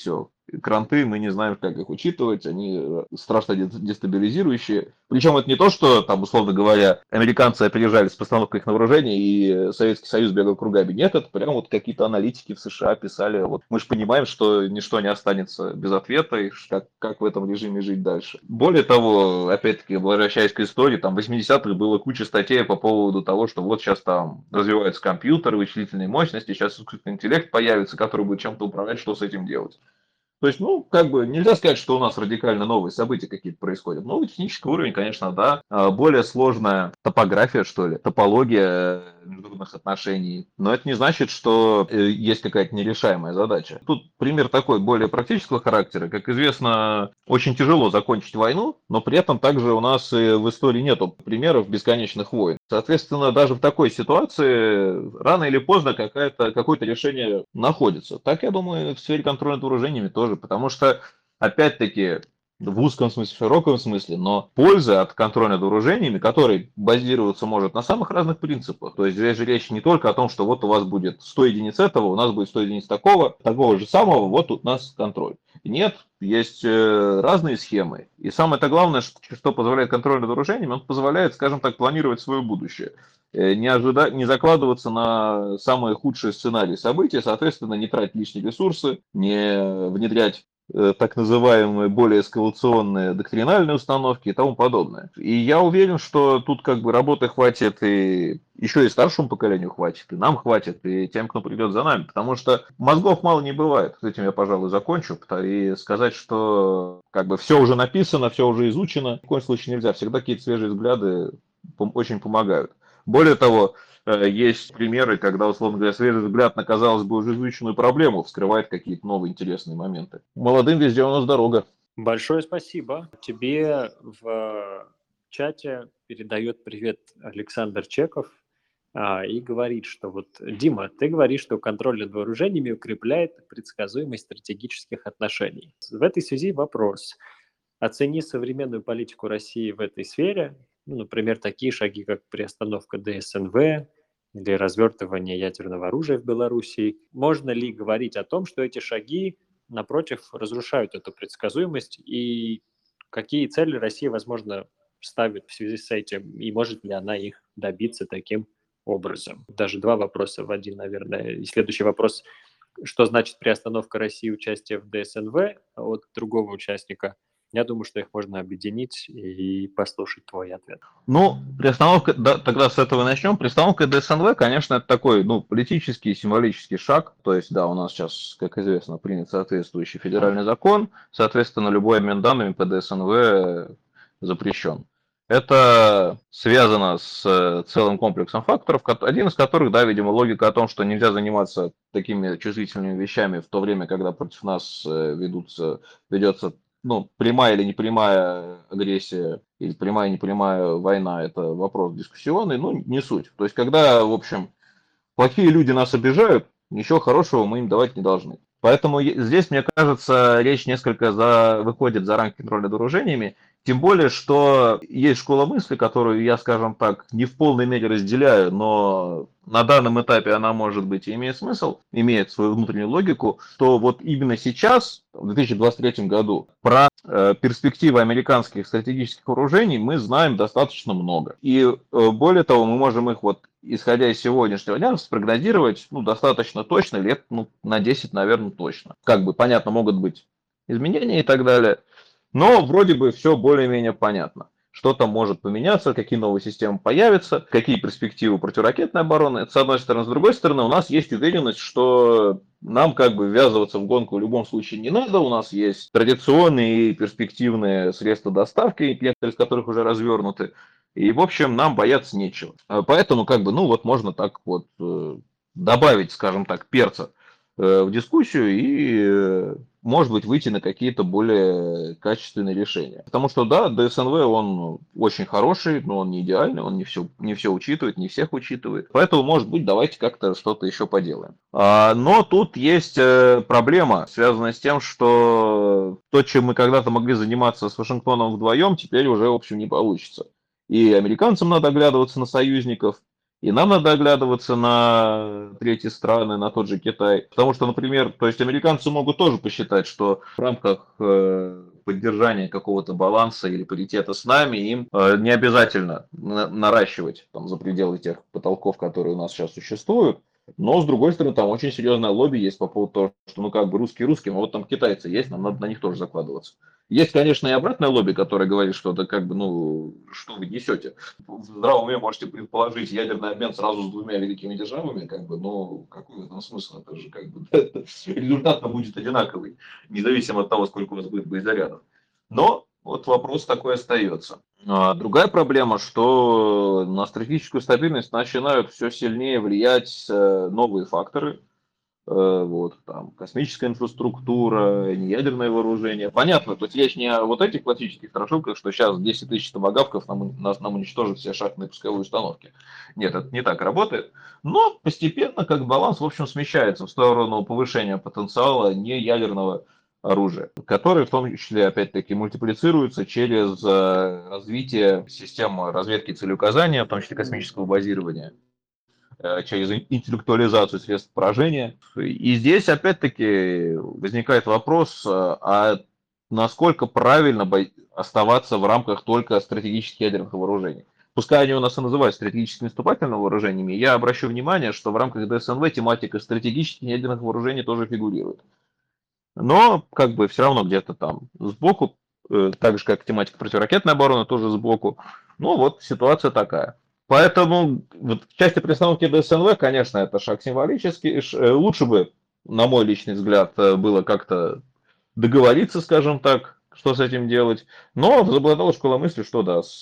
кранты, мы не знаем, как их учитывать, они страшно дестабилизирующие. Причем это не то, что, там, условно говоря, американцы опережали с постановкой их на вооружение, и Советский Союз бегал кругами. Нет, это прям вот какие-то аналитики в США писали. Вот мы же понимаем, что ничто не останется без ответа, и как в этом режиме жить дальше. Более того, опять-таки, возвращаясь к истории, там в 80-х было куча статей по поводу того, что вот сейчас там развиваются компьютеры, вычислительные мощности, сейчас искусственный интеллект появится, который будет чем-то управлять, что с этим делать. То есть, ну, как бы нельзя сказать, что у нас радикально новые события какие-то происходят. Новый технический уровень, конечно, да. Более сложная топография, что ли, топология международных отношений. Но это не значит, что есть какая-то нерешаемая задача. Тут пример такой, более практического характера. Как известно, очень тяжело закончить войну, но при этом также у нас и в истории нету примеров бесконечных войн. Соответственно, даже в такой ситуации рано или поздно какое-то решение находится. Так, я думаю, в сфере контроля над вооружениями тоже, потому что, опять-таки, в узком смысле, в широком смысле, но польза от контроля над вооружениями, который базироваться может на самых разных принципах. То есть здесь же речь не только о том, что вот у вас будет 100 единиц этого, у нас будет 100 единиц такого же самого, вот у нас контроль. Нет, есть разные схемы. И самое-то главное, что позволяет контроль над вооружениями, он позволяет, скажем так, планировать свое будущее. Не закладываться на самые худшие сценарии событий, соответственно, не тратить лишние ресурсы, не внедрять так называемые более эскалационные доктринальные установки и тому подобное. И я уверен, что тут как бы работы хватит и еще и старшему поколению хватит, и нам хватит, и тем, кто придет за нами, потому что мозгов мало не бывает. С этим я, пожалуй, закончу. И сказать, что как бы все уже написано, все уже изучено, в коем случае нельзя. Всегда какие-то свежие взгляды очень помогают. Более того, есть примеры, когда, условно говоря, свежий взгляд на, казалось бы, уже изученную проблему вскрывает какие-то новые интересные моменты. Молодым везде у нас дорога. Большое спасибо. Тебе в чате передает привет Александр Чеков и говорит, что вот, Дима, ты говоришь, что контроль над вооружениями укрепляет предсказуемость стратегических отношений. В этой связи вопрос. Оцени современную политику России в этой сфере, ну, например, такие шаги, как приостановка ДСНВ или развертывание ядерного оружия в Белоруссии. Можно ли говорить о том, что эти шаги, напротив, разрушают эту предсказуемость, и какие цели Россия, возможно, ставит в связи с этим, и может ли она их добиться таким образом? Даже два вопроса в один, наверное. И следующий вопрос, что значит приостановка России участия в ДСНВ от другого участника? Я думаю, что их можно объединить и послушать твой ответ. Ну, приостановка, да, тогда с этого начнем. Приостановка ДСНВ, конечно, это такой, ну, политический, символический шаг. То есть, да, у нас сейчас, как известно, принят соответствующий федеральный закон. Соответственно, любой обмен данными по ДСНВ запрещен. Это связано с целым комплексом факторов, один из которых, да, видимо, логика о том, что нельзя заниматься такими чувствительными вещами в то время, когда против нас ведется, ну, прямая или непрямая агрессия, или прямая и непрямая война, это вопрос дискуссионный, ну, не суть. То есть, когда, в общем, плохие люди нас обижают, ничего хорошего мы им давать не должны. Поэтому здесь, мне кажется, речь несколько выходит за рамки контроля над вооружениями, тем более, что есть школа мысли, которую я, скажем так, не в полной мере разделяю, но на данном этапе она, может быть, и имеет смысл, имеет свою внутреннюю логику, что вот именно сейчас, в 2023 году, про перспективы американских стратегических вооружений мы знаем достаточно много. И более того, мы можем их вот, исходя из сегодняшнего дня, спрогнозировать, ну, достаточно точно, лет, ну, на 10, наверное, точно. Как бы, понятно, могут быть изменения и так далее, но вроде бы все более-менее понятно. Что там может поменяться, какие новые системы появятся, какие перспективы противоракетной обороны. Это с одной стороны. С другой стороны, у нас есть уверенность, что нам как бы ввязываться в гонку в любом случае не надо. У нас есть традиционные и перспективные средства доставки, некоторые из которых уже развернуты. И, в общем, нам бояться нечего. Поэтому, как бы, ну вот можно так вот добавить, скажем так, перца в дискуссию и, может быть, выйти на какие-то более качественные решения. Потому что, да, ДСНВ, он очень хороший, но он не идеальный, он не все учитывает, не всех учитывает. Поэтому, может быть, давайте как-то что-то еще поделаем. Но тут есть проблема, связанная с тем, что то, чем мы когда-то могли заниматься с Вашингтоном вдвоем, теперь уже, в общем, не получится. И американцам надо оглядываться на союзников, И нам надо оглядываться на третьи страны, на тот же Китай. Потому что, например, то есть американцы могут тоже посчитать, что в рамках поддержания какого-то баланса или паритета с нами им не обязательно наращивать там, за пределы тех потолков, которые у нас сейчас существуют. Но, с другой стороны, там очень серьезное лобби есть по поводу того, что, ну, как бы русские русским, а вот там китайцы есть, нам надо на них тоже закладываться. Есть, конечно, и обратное лобби, которое говорит, что это как бы, ну, что вы несете. В здравом уме можете предположить ядерный обмен сразу с двумя великими державами, как бы, но какой в этом смысл? Это же как бы результат будет одинаковый, независимо от того, сколько у вас будет боезарядов. Но вот вопрос такой остается. Другая проблема, что на стратегическую стабильность начинают все сильнее влиять новые факторы, вот, там, космическая инфраструктура, неядерное вооружение. Понятно, то есть речь не о вот этих классических страшилках, что сейчас 10 тысяч томагавков нам уничтожат все шахтные пусковые установки. Нет, это не так работает. Но постепенно как баланс, в общем, смещается в сторону повышения потенциала неядерного оружия, которое в том числе, опять-таки, мультиплицируется через развитие системы разведки и целеуказания, в том числе космического базирования через интеллектуализацию средств поражения. И здесь опять-таки возникает вопрос, а насколько правильно оставаться в рамках только стратегических ядерных вооружений. Пускай они у нас и называются стратегическими наступательными вооружениями, я обращу внимание, что в рамках ДСНВ тематика стратегических ядерных вооружений тоже фигурирует. Но как бы все равно где-то там сбоку, так же как тематика противоракетной обороны тоже сбоку. Ну вот ситуация такая. Поэтому вот в части пристановки ДСНВ, конечно, это шаг символический. Лучше бы, на мой личный взгляд, было как-то договориться, скажем так, что с этим делать. Но возобладала школа мысли, что да, с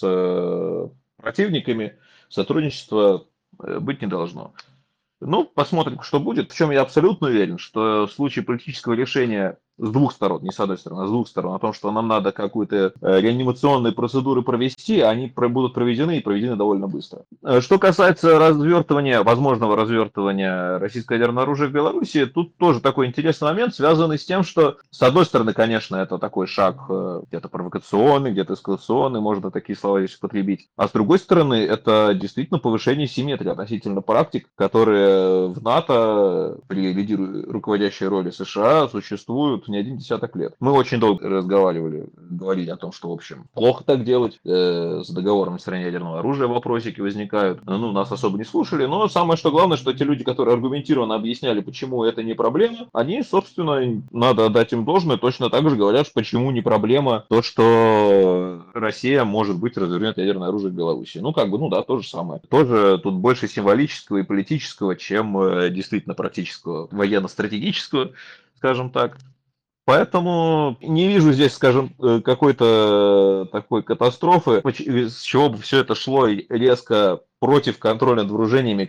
противниками сотрудничества быть не должно. Ну, посмотрим, что будет. Причем я абсолютно уверен, что в случае политического решения с двух сторон, не с одной стороны, а с двух сторон, о том, что нам надо какую-то реанимационные процедуры провести, они будут проведены и проведены довольно быстро. Что касается развертывания, возможного развертывания российского ядерного оружия в Беларуси, тут тоже такой интересный момент, связанный с тем, что, с одной стороны, конечно, это такой шаг где-то провокационный, где-то эскалационный, можно такие слова здесь употребить. А с другой стороны, это действительно повышение симметрии относительно практик, которые в НАТО при руководящей роли США существуют не один десяток лет. Мы очень долго говорили о том, что, в общем, плохо так делать, с договором на стороне ядерного оружия вопросики возникают. Ну, нас особо не слушали, но самое что главное, что те люди, которые аргументированно объясняли, почему это не проблема, они, собственно, надо отдать им должное, точно так же говорят, почему не проблема то, что Россия, может быть, развернет ядерное оружие в Беларуси. Ну, как бы, ну да, то же самое. Тоже тут больше символического и политического, чем действительно практического, военно-стратегического, скажем так. Поэтому не вижу здесь, скажем, какой-то такой катастрофы, с чего бы все это шло резко против контроля над вооружениями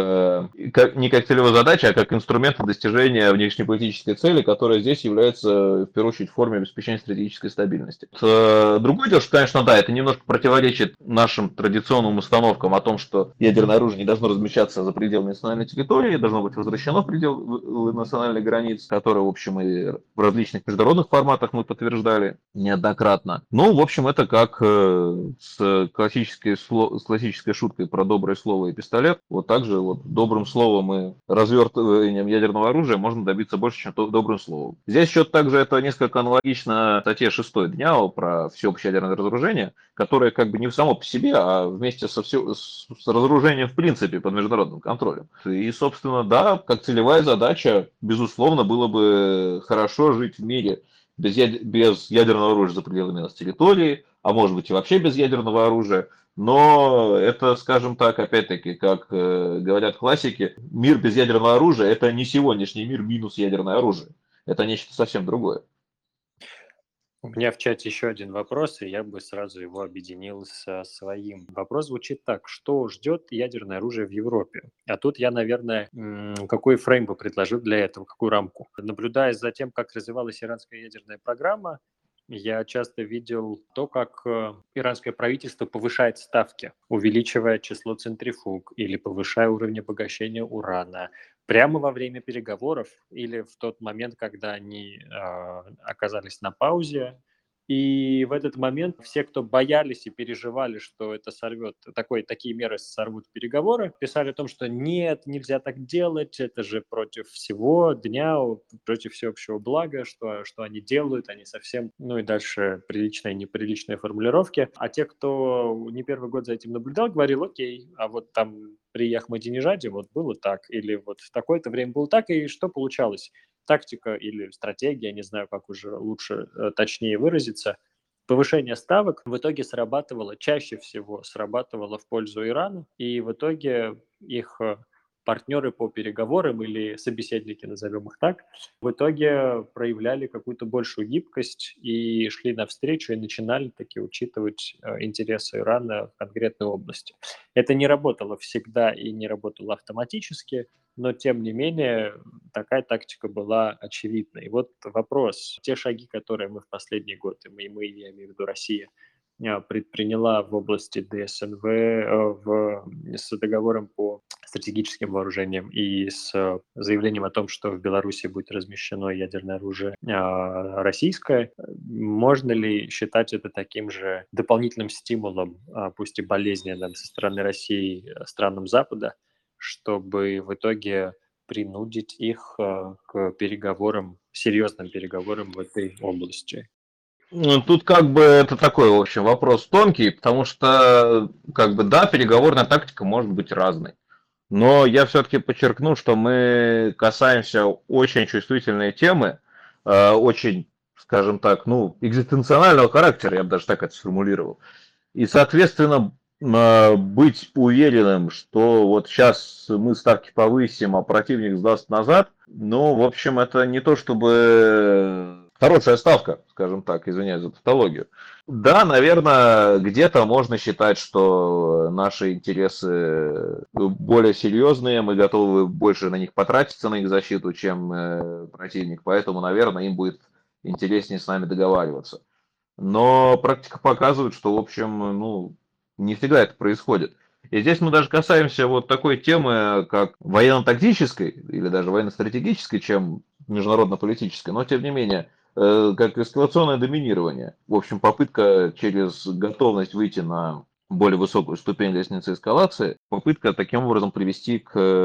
не как целевая задача, а как инструмент достижения внешнеполитической цели, которая здесь является, в первую очередь, формой обеспечения стратегической стабильности. Другое дело, что, конечно, да, это немножко противоречит нашим традиционным установкам о том, что ядерное оружие не должно размещаться за пределами национальной территории, должно быть возвращено в пределы национальных границ, которые, в общем, и в различных международных форматах мы подтверждали неоднократно. Ну, в общем, это как с классической шуткой про доброе слово и пистолет. Вот так же вот добрым словом и развертыванием ядерного оружия можно добиться больше, чем добрым словом. Здесь еще также это несколько аналогично статье 6 ДНЯО про всеобщее ядерное разоружение, которое как бы не само по себе, а вместе с разоружением в принципе под международным контролем. И, собственно, да, как целевая задача, безусловно, было бы хорошо жить в мире без ядерного оружия за пределами нас территории, а может быть и вообще без ядерного оружия. Но это, скажем так, опять-таки, как говорят классики, мир без ядерного оружия – это не сегодняшний мир минус ядерное оружие. Это нечто совсем другое. У меня в чате еще один вопрос, и я бы сразу его объединил со своим. Вопрос звучит так: что ждет ядерное оружие в Европе? А тут я, наверное, какой фрейм бы предложил для этого, какую рамку? Наблюдая за тем, как развивалась иранская ядерная программа, я часто видел то, как иранское правительство повышает ставки, увеличивая число центрифуг или повышая уровень обогащения урана прямо во время переговоров или в тот момент, когда они оказались на паузе, И в этот момент все, кто боялись и переживали, что это такие меры сорвут переговоры, писали о том, что нет, нельзя так делать, это же против всего дня, против всеобщего блага, что они делают, они совсем, ну и дальше приличные и неприличные формулировки. А те, кто не первый год за этим наблюдал, говорил, окей, а вот там при Ахмадинежаде вот было так, или вот в такое-то время было так, и что получалось? Тактика или стратегия, не знаю, как уже лучше, точнее выразиться, повышение ставок в итоге срабатывало, чаще всего срабатывало в пользу Ирана, и в итоге их партнеры по переговорам или собеседники, назовем их так, в итоге проявляли какую-то большую гибкость и шли навстречу и начинали таки учитывать интересы Ирана в конкретной области. Это не работало всегда и не работало автоматически, но тем не менее такая тактика была очевидна. И вот вопрос: те шаги, которые мы в последний год, я имею в виду Россия, предприняла в области ДСНВ, с договором по стратегическим вооружениям и с заявлением о том, что в Беларуси будет размещено ядерное оружие российское, можно ли считать это таким же дополнительным стимулом, пусть и болезненным, со стороны России странам Запада, чтобы в итоге принудить их к переговорам, серьезным переговорам в этой области? Ну, тут как бы это такой, в общем, вопрос тонкий, потому что, как бы, да, переговорная тактика может быть разной. Но я все-таки подчеркну, что мы касаемся очень чувствительной темы, очень, скажем так, ну, экзистенционального характера, я бы даже так это сформулировал. И, соответственно, быть уверенным, что вот сейчас мы ставки повысим, а противник сдаст назад, ну, в общем, это не то чтобы хорошая ставка, скажем так, извиняюсь за тавтологию. Да, наверное, где-то можно считать, что наши интересы более серьезные, мы готовы больше на них потратиться, на их защиту, чем противник, поэтому, наверное, им будет интереснее с нами договариваться. Но практика показывает, что, в общем, ну, не всегда это происходит. И здесь мы даже касаемся вот такой темы, как военно-тактической или даже военно-стратегической, чем международно-политической, но тем не менее, как эскалационное доминирование. В общем, попытка через готовность выйти на более высокую ступень лестницы эскалации, попытка таким образом привести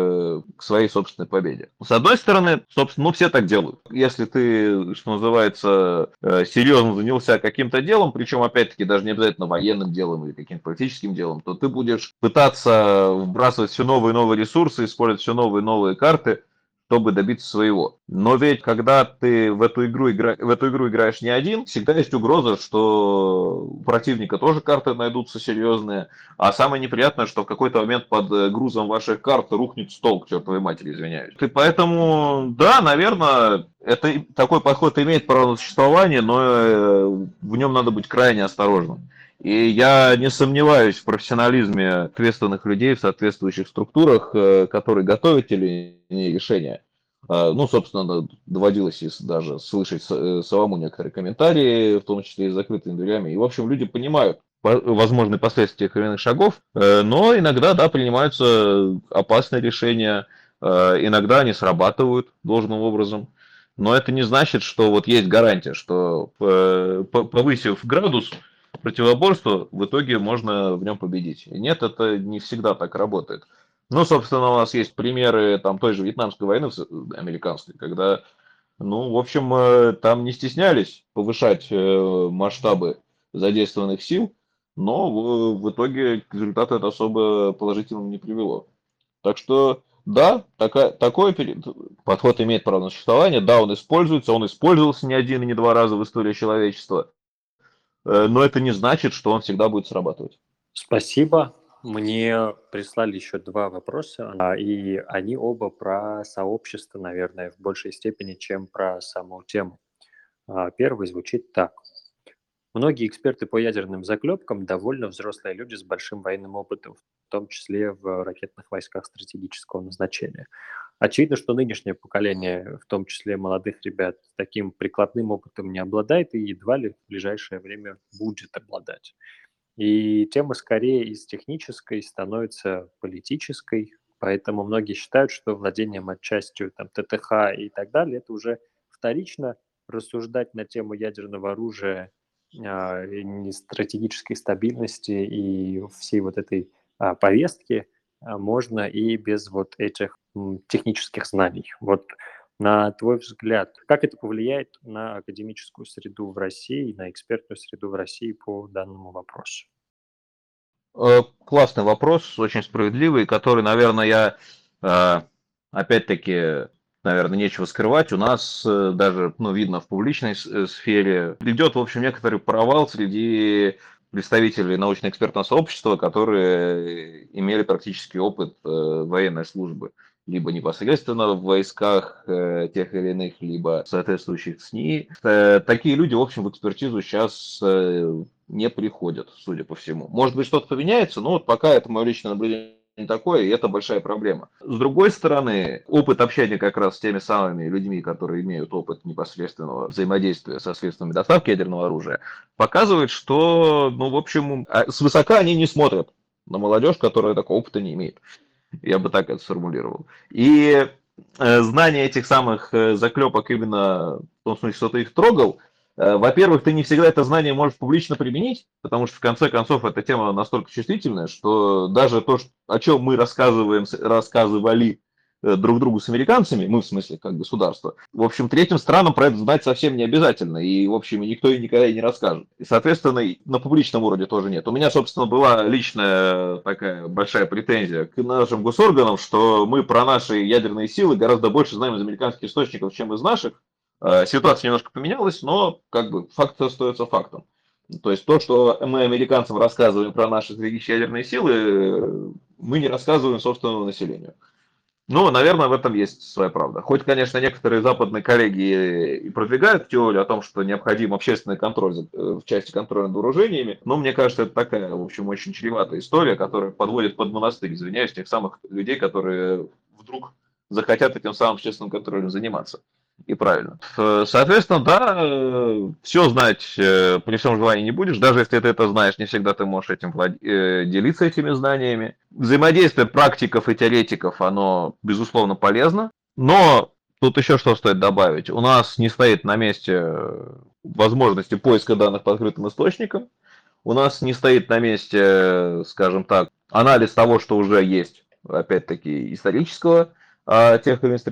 к своей собственной победе. С одной стороны, собственно, ну все так делают. Если ты, что называется, серьезно занялся каким-то делом, причем, опять-таки, даже не обязательно военным делом или каким-то политическим делом, то ты будешь пытаться вбрасывать все новые и новые ресурсы, использовать все новые и новые карты, чтобы добиться своего. Но ведь, когда ты в эту игру играешь не один, всегда есть угроза, что у противника тоже карты найдутся серьезные. А самое неприятное, что в какой-то момент под грузом ваших карт рухнет стол, к чертовой матери, извиняюсь. И поэтому, да, наверное, такой подход имеет право на существование, но в нем надо быть крайне осторожным. И я не сомневаюсь в профессионализме ответственных людей в соответствующих структурах, которые готовят те или иные решения. Ну, собственно, доводилось даже слышать самому некоторые комментарии, в том числе и с закрытыми дверями. И, в общем, люди понимают возможные последствия тех или иных шагов, но иногда, да, принимаются опасные решения, иногда они срабатывают должным образом. Но это не значит, что вот есть гарантия, что повысив градус противоборства, в итоге можно в нем победить. Нет, это не всегда так работает. Ну, собственно, у нас есть примеры там той же Вьетнамской войны американской, когда, ну, в общем, там не стеснялись повышать масштабы задействованных сил, но в итоге к результату это особо положительным не привело. Так что, да, подход имеет право на существование, да, он использовался не один и не два раза в истории человечества, но это не значит, что он всегда будет срабатывать. Спасибо. Мне прислали еще два вопроса, и они оба про сообщество, наверное, в большей степени, чем про саму тему. Первый звучит так. Многие эксперты по ядерным заклепкам довольно взрослые люди с большим военным опытом, в том числе в ракетных войсках стратегического назначения. Очевидно, что нынешнее поколение, в том числе молодых ребят, таким прикладным опытом не обладает и едва ли в ближайшее время будет обладать. И тема скорее из технической становится политической, поэтому многие считают, что владение матчастью, там, ТТХ и так далее, это уже вторично. Рассуждать на тему ядерного оружия стратегической стабильности и всей вот этой повестки можно и без вот этих технических знаний. Вот на твой взгляд, как это повлияет на академическую среду в России, на экспертную среду в России по данному вопросу? Классный вопрос, очень справедливый, который, наверное, э, опять-таки, наверное, нечего скрывать. У нас даже, ну, видно в публичной сфере, идет, в общем, некоторый провал среди представителей научно-экспертного сообщества, которые имели практический опыт военной службы. Либо непосредственно в войсках тех или иных, либо соответствующих СНИ. Такие люди, в общем, в экспертизу сейчас не приходят, судя по всему. Может быть, что-то поменяется, но вот пока это мое личное наблюдение такое, и это большая проблема. С другой стороны, опыт общения как раз с теми самыми людьми, которые имеют опыт непосредственного взаимодействия со средствами доставки ядерного оружия, показывает, что, ну, в общем, свысока они не смотрят на молодежь, которая такого опыта не имеет. Я бы так это сформулировал. И знание этих самых заклепок именно в том смысле, что ты их трогал, во-первых, ты не всегда это знание можешь публично применить, потому что в конце концов эта тема настолько чувствительная, что даже то, о чем мы рассказывали друг другу с американцами, мы в смысле как государство, в общем, третьим странам про это знать совсем не обязательно, и, в общем, никто и никогда и не расскажет. И, соответственно, и на публичном уровне тоже нет. У меня, собственно, была личная такая большая претензия к нашим госорганам, что мы про наши ядерные силы гораздо больше знаем из американских источников, чем из наших. Ситуация немножко поменялась, но как бы факт остается фактом. То есть то, что мы американцам рассказываем про наши стратегические ядерные силы, мы не рассказываем собственному населению. Ну, наверное, в этом есть своя правда. Хоть, конечно, некоторые западные коллеги и продвигают теорию о том, что необходим общественный контроль в части контроля над вооружениями, но мне кажется, это такая, в общем, очень чреватая история, которая подводит под монастырь, извиняюсь, тех самых людей, которые вдруг захотят этим самым общественным контролем заниматься. И правильно. Соответственно, да, все знать при всем желании не будешь. Даже если ты это знаешь, не всегда ты можешь этим делиться этими знаниями. Взаимодействие практиков и теоретиков, оно, безусловно, полезно. Но тут еще что стоит добавить. У нас не стоит на месте возможности поиска данных по открытым источникам. У нас не стоит на месте, скажем так, анализ того, что уже есть, опять-таки, исторического о тех или иных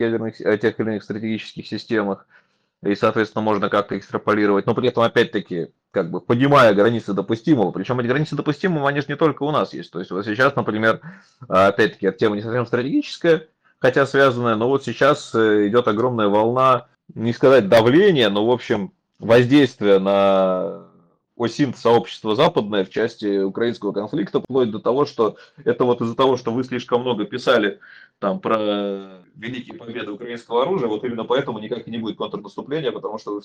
тех или иных стратегических системах, и, соответственно, можно как-то экстраполировать, но при этом, опять-таки, как бы поднимая границы допустимого, причем эти границы допустимого, они же не только у нас есть, то есть вот сейчас, например, опять-таки, эта тема не совсем стратегическая, хотя связанная, но вот сейчас идет огромная волна, не сказать давления, но, в общем, воздействия на ОСИНТ сообщество западное в части украинского конфликта, вплоть до того, что это вот из-за того, что вы слишком много писали там про великие победы украинского оружия, вот именно поэтому никак и не будет контрнаступления, потому что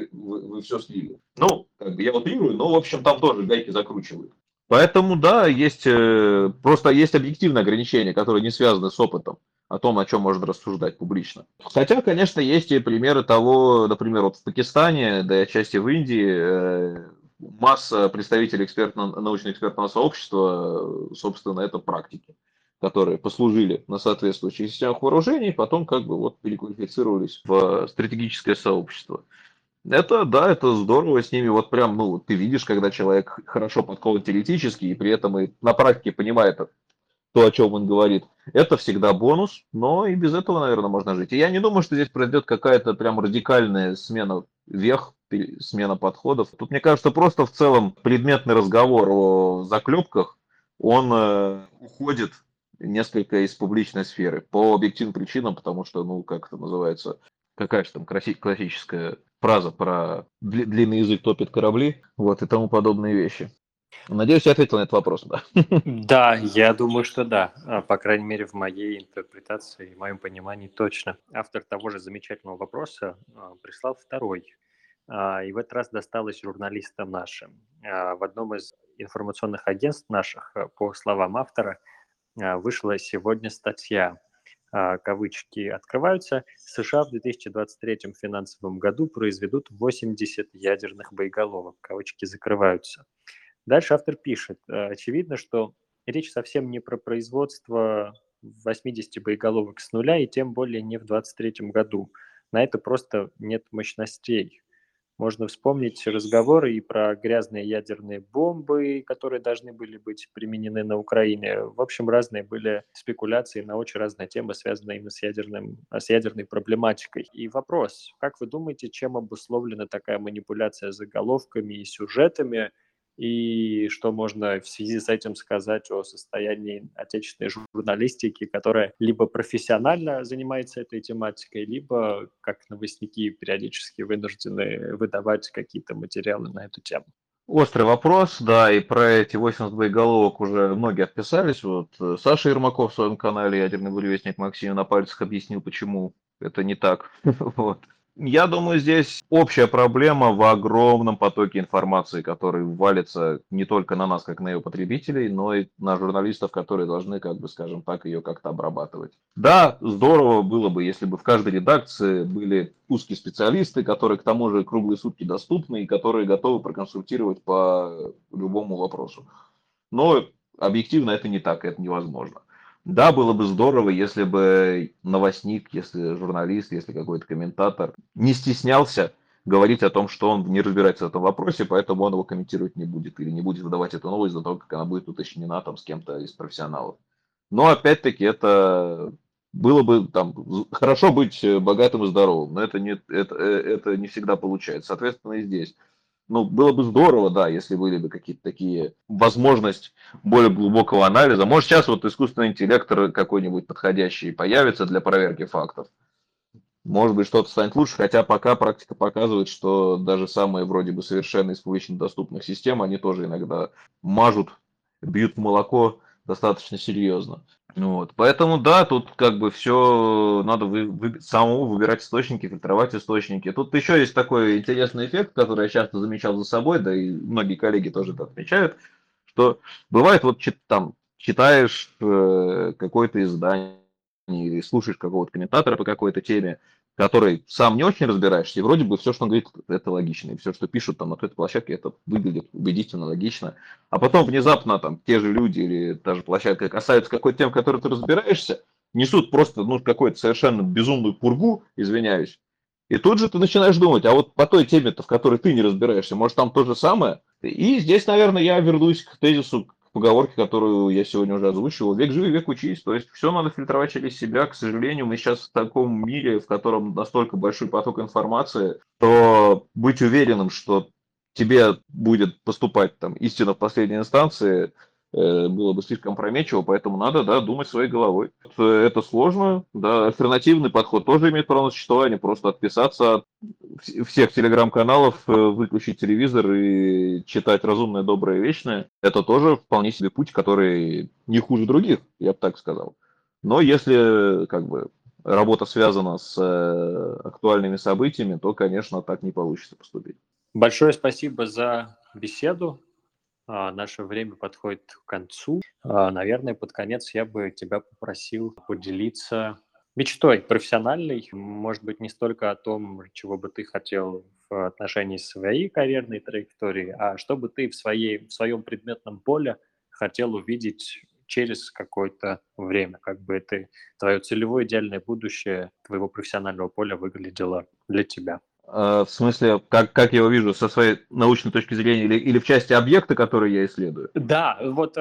вы все слили. Ну, как бы я утрирую, но, в общем, там тоже гайки закручивают. Поэтому, да, есть просто есть объективные ограничения, которые не связаны с опытом о том, о чем можно рассуждать публично. Хотя, конечно, есть и примеры того, например, вот в Пакистане, да и отчасти в Индии, масса представителей научно-экспертного сообщества, собственно, это практики, которые послужили на соответствующих системах вооружений, потом как бы вот переквалифицировались в стратегическое сообщество. Это, да, это здорово с ними, вот прям, ну, ты видишь, когда человек хорошо подкован теоретически и при этом и на практике понимает то, о чем он говорит. Это всегда бонус, но и без этого, наверное, можно жить. И я не думаю, что здесь произойдет какая-то прям радикальная смена вех, смена подходов. Тут, мне кажется, просто в целом предметный разговор о заклепках, он уходит несколько из публичной сферы по объективным причинам, потому что, ну, как это называется, какая же там классическая фраза про длинный язык топит корабли, вот, и тому подобные вещи. Надеюсь, я ответил на этот вопрос, да. Да, я думаю, что да. По крайней мере, в моей интерпретации, в моем понимании точно. Автор того же замечательного вопроса прислал второй. И в этот раз досталось журналистам нашим. В одном из информационных агентств наших, по словам автора, вышла сегодня статья. Кавычки открываются. США в 2023 финансовом году произведут 80 ядерных боеголовок. Кавычки закрываются. Дальше автор пишет: очевидно, что речь совсем не про производство 80 боеголовок с нуля, и тем более не в 2023 году. На это просто нет мощностей. Можно вспомнить разговоры и про грязные ядерные бомбы, которые должны были быть применены на Украине. В общем, разные были спекуляции на очень разные темы, связанные именно с ядерной проблематикой. И вопрос, как вы думаете, чем обусловлена такая манипуляция заголовками и сюжетами, и что можно в связи с этим сказать о состоянии отечественной журналистики, которая либо профессионально занимается этой тематикой, либо как новостники периодически вынуждены выдавать какие-то материалы на эту тему? Острый вопрос, да, и про эти 80 боеголовок уже многие отписались. Вот Саша Ермаков в своем канале «Ядерный буревестник Максим» на пальцах объяснил, почему это не так. Вот. Я думаю, здесь общая проблема в огромном потоке информации, который валится не только на нас, как на ее потребителей, но и на журналистов, которые должны, как бы, скажем так, ее как-то обрабатывать. Да, здорово было бы, если бы в каждой редакции были узкие специалисты, которые к тому же круглые сутки доступны и которые готовы проконсультировать по любому вопросу. Но объективно это не так, это невозможно. Да, было бы здорово, если бы новостник, если журналист, если какой-то комментатор не стеснялся говорить о том, что он не разбирается в этом вопросе, поэтому он его комментировать не будет или не будет выдавать эту новость за то, как она будет уточнена там с кем-то из профессионалов. Но опять-таки это было бы там хорошо быть богатым и здоровым, но это не всегда получается. Соответственно, и здесь. Ну, было бы здорово, да, если были бы какие-то такие возможность более глубокого анализа. Может, сейчас вот искусственный интеллект какой-нибудь подходящий появится для проверки фактов. Может быть, что-то станет лучше, хотя пока практика показывает, что даже самые вроде бы совершенные из публично доступных систем, они тоже иногда мажут, бьют молоко достаточно серьезно. Вот. Поэтому да, тут как бы все надо самому выбирать источники, фильтровать источники. Тут еще есть такой интересный эффект, который я часто замечал за собой, да и многие коллеги тоже это отмечают, что бывает вот там читаешь какое-то издание или слушаешь какого-то комментатора по какой-то теме, который сам не очень разбираешься, и вроде бы все, что он говорит, это логично, и все, что пишут там на той площадке, это выглядит убедительно, логично. А потом внезапно там те же люди или та же площадка касаются какой-то темы, в которой ты разбираешься, несут просто ну, какую-то совершенно безумную пургу, извиняюсь, и тут же ты начинаешь думать, а вот по той теме-то, в которой ты не разбираешься, может там то же самое? И здесь, наверное, я вернусь к тезису, к поговорке, которую я сегодня уже озвучивал. Век живи, век учись. То есть все надо фильтровать через себя. К сожалению, мы сейчас в таком мире, в котором настолько большой поток информации, то быть уверенным, что тебе будет поступать там истина в последней инстанции, было бы слишком опрометчиво, поэтому надо, да, думать своей головой. Это сложно, да, альтернативный подход тоже имеет право на существование, просто отписаться от всех телеграм-каналов, выключить телевизор и читать разумное, доброе, вечное, это тоже вполне себе путь, который не хуже других, я бы так сказал. Но если как бы работа связана с актуальными событиями, то, конечно, так не получится поступить. Большое спасибо за беседу. Наше время подходит к концу. Наверное, под конец я бы тебя попросил поделиться мечтой профессиональной, может быть, не столько о том, чего бы ты хотел в отношении своей карьерной траектории, а что бы ты в своем предметном поле хотел увидеть через какое-то время, как бы это твое целевое идеальное будущее твоего профессионального поля выглядело для тебя. В смысле, как я его вижу, со своей научной точки зрения или в части объекта, который я исследую? Да, вот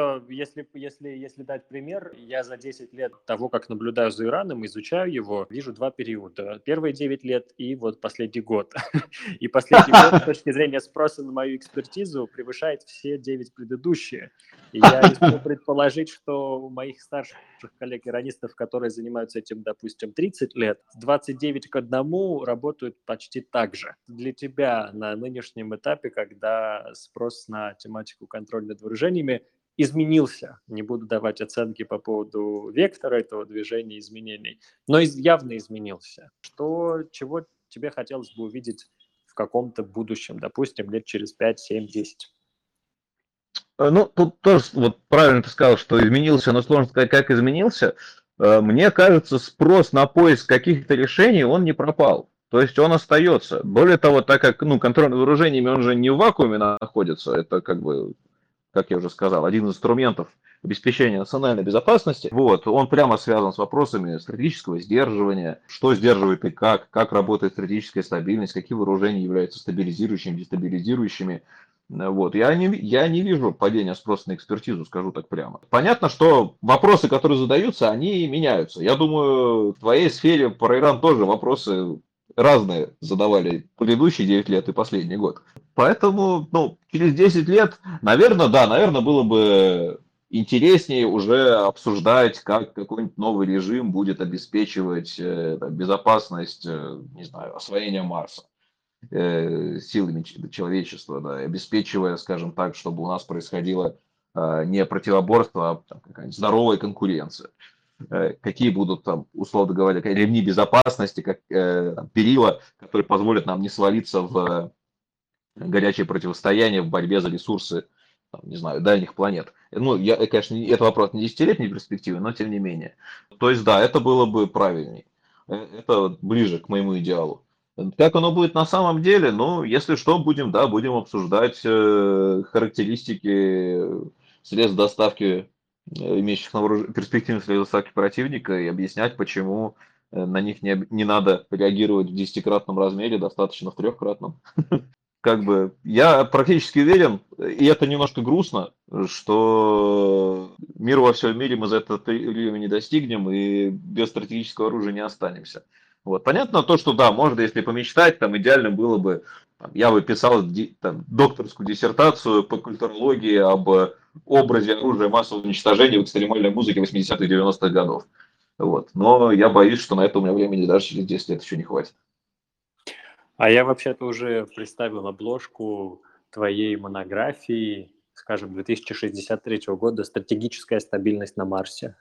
если дать пример, я за 10 лет того, как наблюдаю за Ираном, изучаю его, вижу два периода. Первые 9 лет и вот последний год. И последний год с точки зрения спроса на мою экспертизу превышает все 9 предыдущие. И я рискну предположить, что у моих старших коллег-иранистов, которые занимаются этим, допустим, 30 лет, 29 к 1 работают почти так же. Для тебя на нынешнем этапе, когда спрос на тематику контроля над вооружениями изменился, не буду давать оценки по поводу вектора этого движения, изменений, но явно изменился. Чего тебе хотелось бы увидеть в каком-то будущем, допустим, лет через 5, 7, 10? Ну, тут тоже вот правильно ты сказал, что изменился, но сложно сказать, как изменился. Мне кажется, спрос на поиск каких-то решений, он не пропал. То есть он остается. Более того, так как ну, контроль над вооружениями, он же не в вакууме находится, это как бы, как я уже сказал, один из инструментов обеспечения национальной безопасности. Вот, он прямо связан с вопросами стратегического сдерживания, что сдерживает и как работает стратегическая стабильность, какие вооружения являются стабилизирующими, дестабилизирующими. Вот. Я не вижу падения спроса на экспертизу, скажу так прямо. Понятно, что вопросы, которые задаются, они меняются. Я думаю, в твоей сфере про Иран тоже вопросы разные задавали предыдущие 9 лет и последний год. Поэтому, через 10 лет, наверное, да, наверное, было бы интереснее уже обсуждать, как какой-нибудь новый режим будет обеспечивать безопасность, не знаю, освоения Марса силами человечества, да, обеспечивая, скажем так, чтобы у нас происходило не противоборство, а какая-нибудь здоровая конкуренция. Какие будут там, условно говоря, ремни безопасности, как перила, которые позволят нам не свалиться в горячее противостояние в борьбе за ресурсы, там, не знаю, дальних планет. Конечно, это вопрос не десятилетней перспективы, но тем не менее. То есть, да, это было бы правильней. Это ближе к моему идеалу. Как оно будет на самом деле, если что, будем обсуждать характеристики средств доставки, имеющих перспективных средств доставки противника, и объяснять, почему на них не надо реагировать в 10-кратном размере, достаточно в 3-кратном. Я практически уверен, и это немножко грустно, что мир во всем мире мы за это время не достигнем и без стратегического оружия не останемся. Вот. Понятно то, что да, можно, если помечтать, там идеально было бы, я бы писал докторскую диссертацию по культурологии об образе оружия массового уничтожения в экстремальной музыке 80-х, 90-х годов. Вот. Но я боюсь, что на это у меня времени даже через 10 лет еще не хватит. А я вообще-то уже представил обложку твоей монографии, скажем, 2063 года «Стратегическая стабильность на Марсе».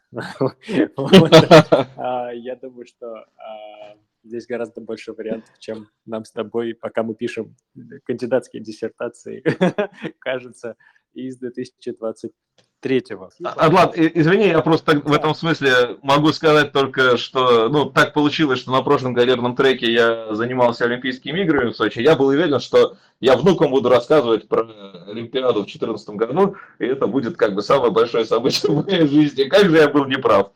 Я думаю, что здесь гораздо больше вариантов, чем нам с тобой, пока мы пишем кандидатские диссертации, кажется, из 2023-го. Адлан, извини, я просто в этом смысле могу сказать только, что так получилось, что на прошлом галерном треке я занимался Олимпийскими играми в Сочи. Я был уверен, что я внукам буду рассказывать про Олимпиаду в 2014 году, и это будет самое большое событие в моей жизни. Как же я был неправ.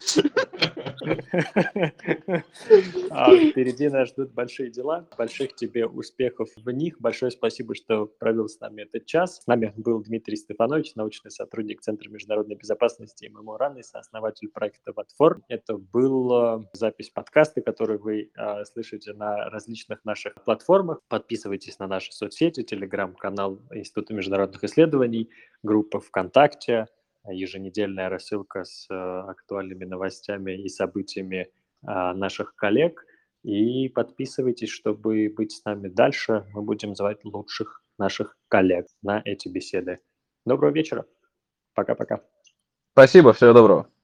Впереди нас ждут большие дела, больших тебе успехов в них. Большое спасибо, что провел с нами этот час. С нами был Дмитрий Стефанович, научный сотрудник Центра международной безопасности и ММО сооснователь проекта Ватфор. Это была запись подкаста, который вы слышите на различных наших платформах. Подписывайтесь на наши соцсети, телеграм-канал Института международных исследований, группа ВКонтакте, еженедельная рассылка с актуальными новостями и событиями наших коллег. И подписывайтесь, чтобы быть с нами дальше. Мы будем звать лучших наших коллег на эти беседы. Доброго вечера. Пока-пока. Спасибо, всего доброго.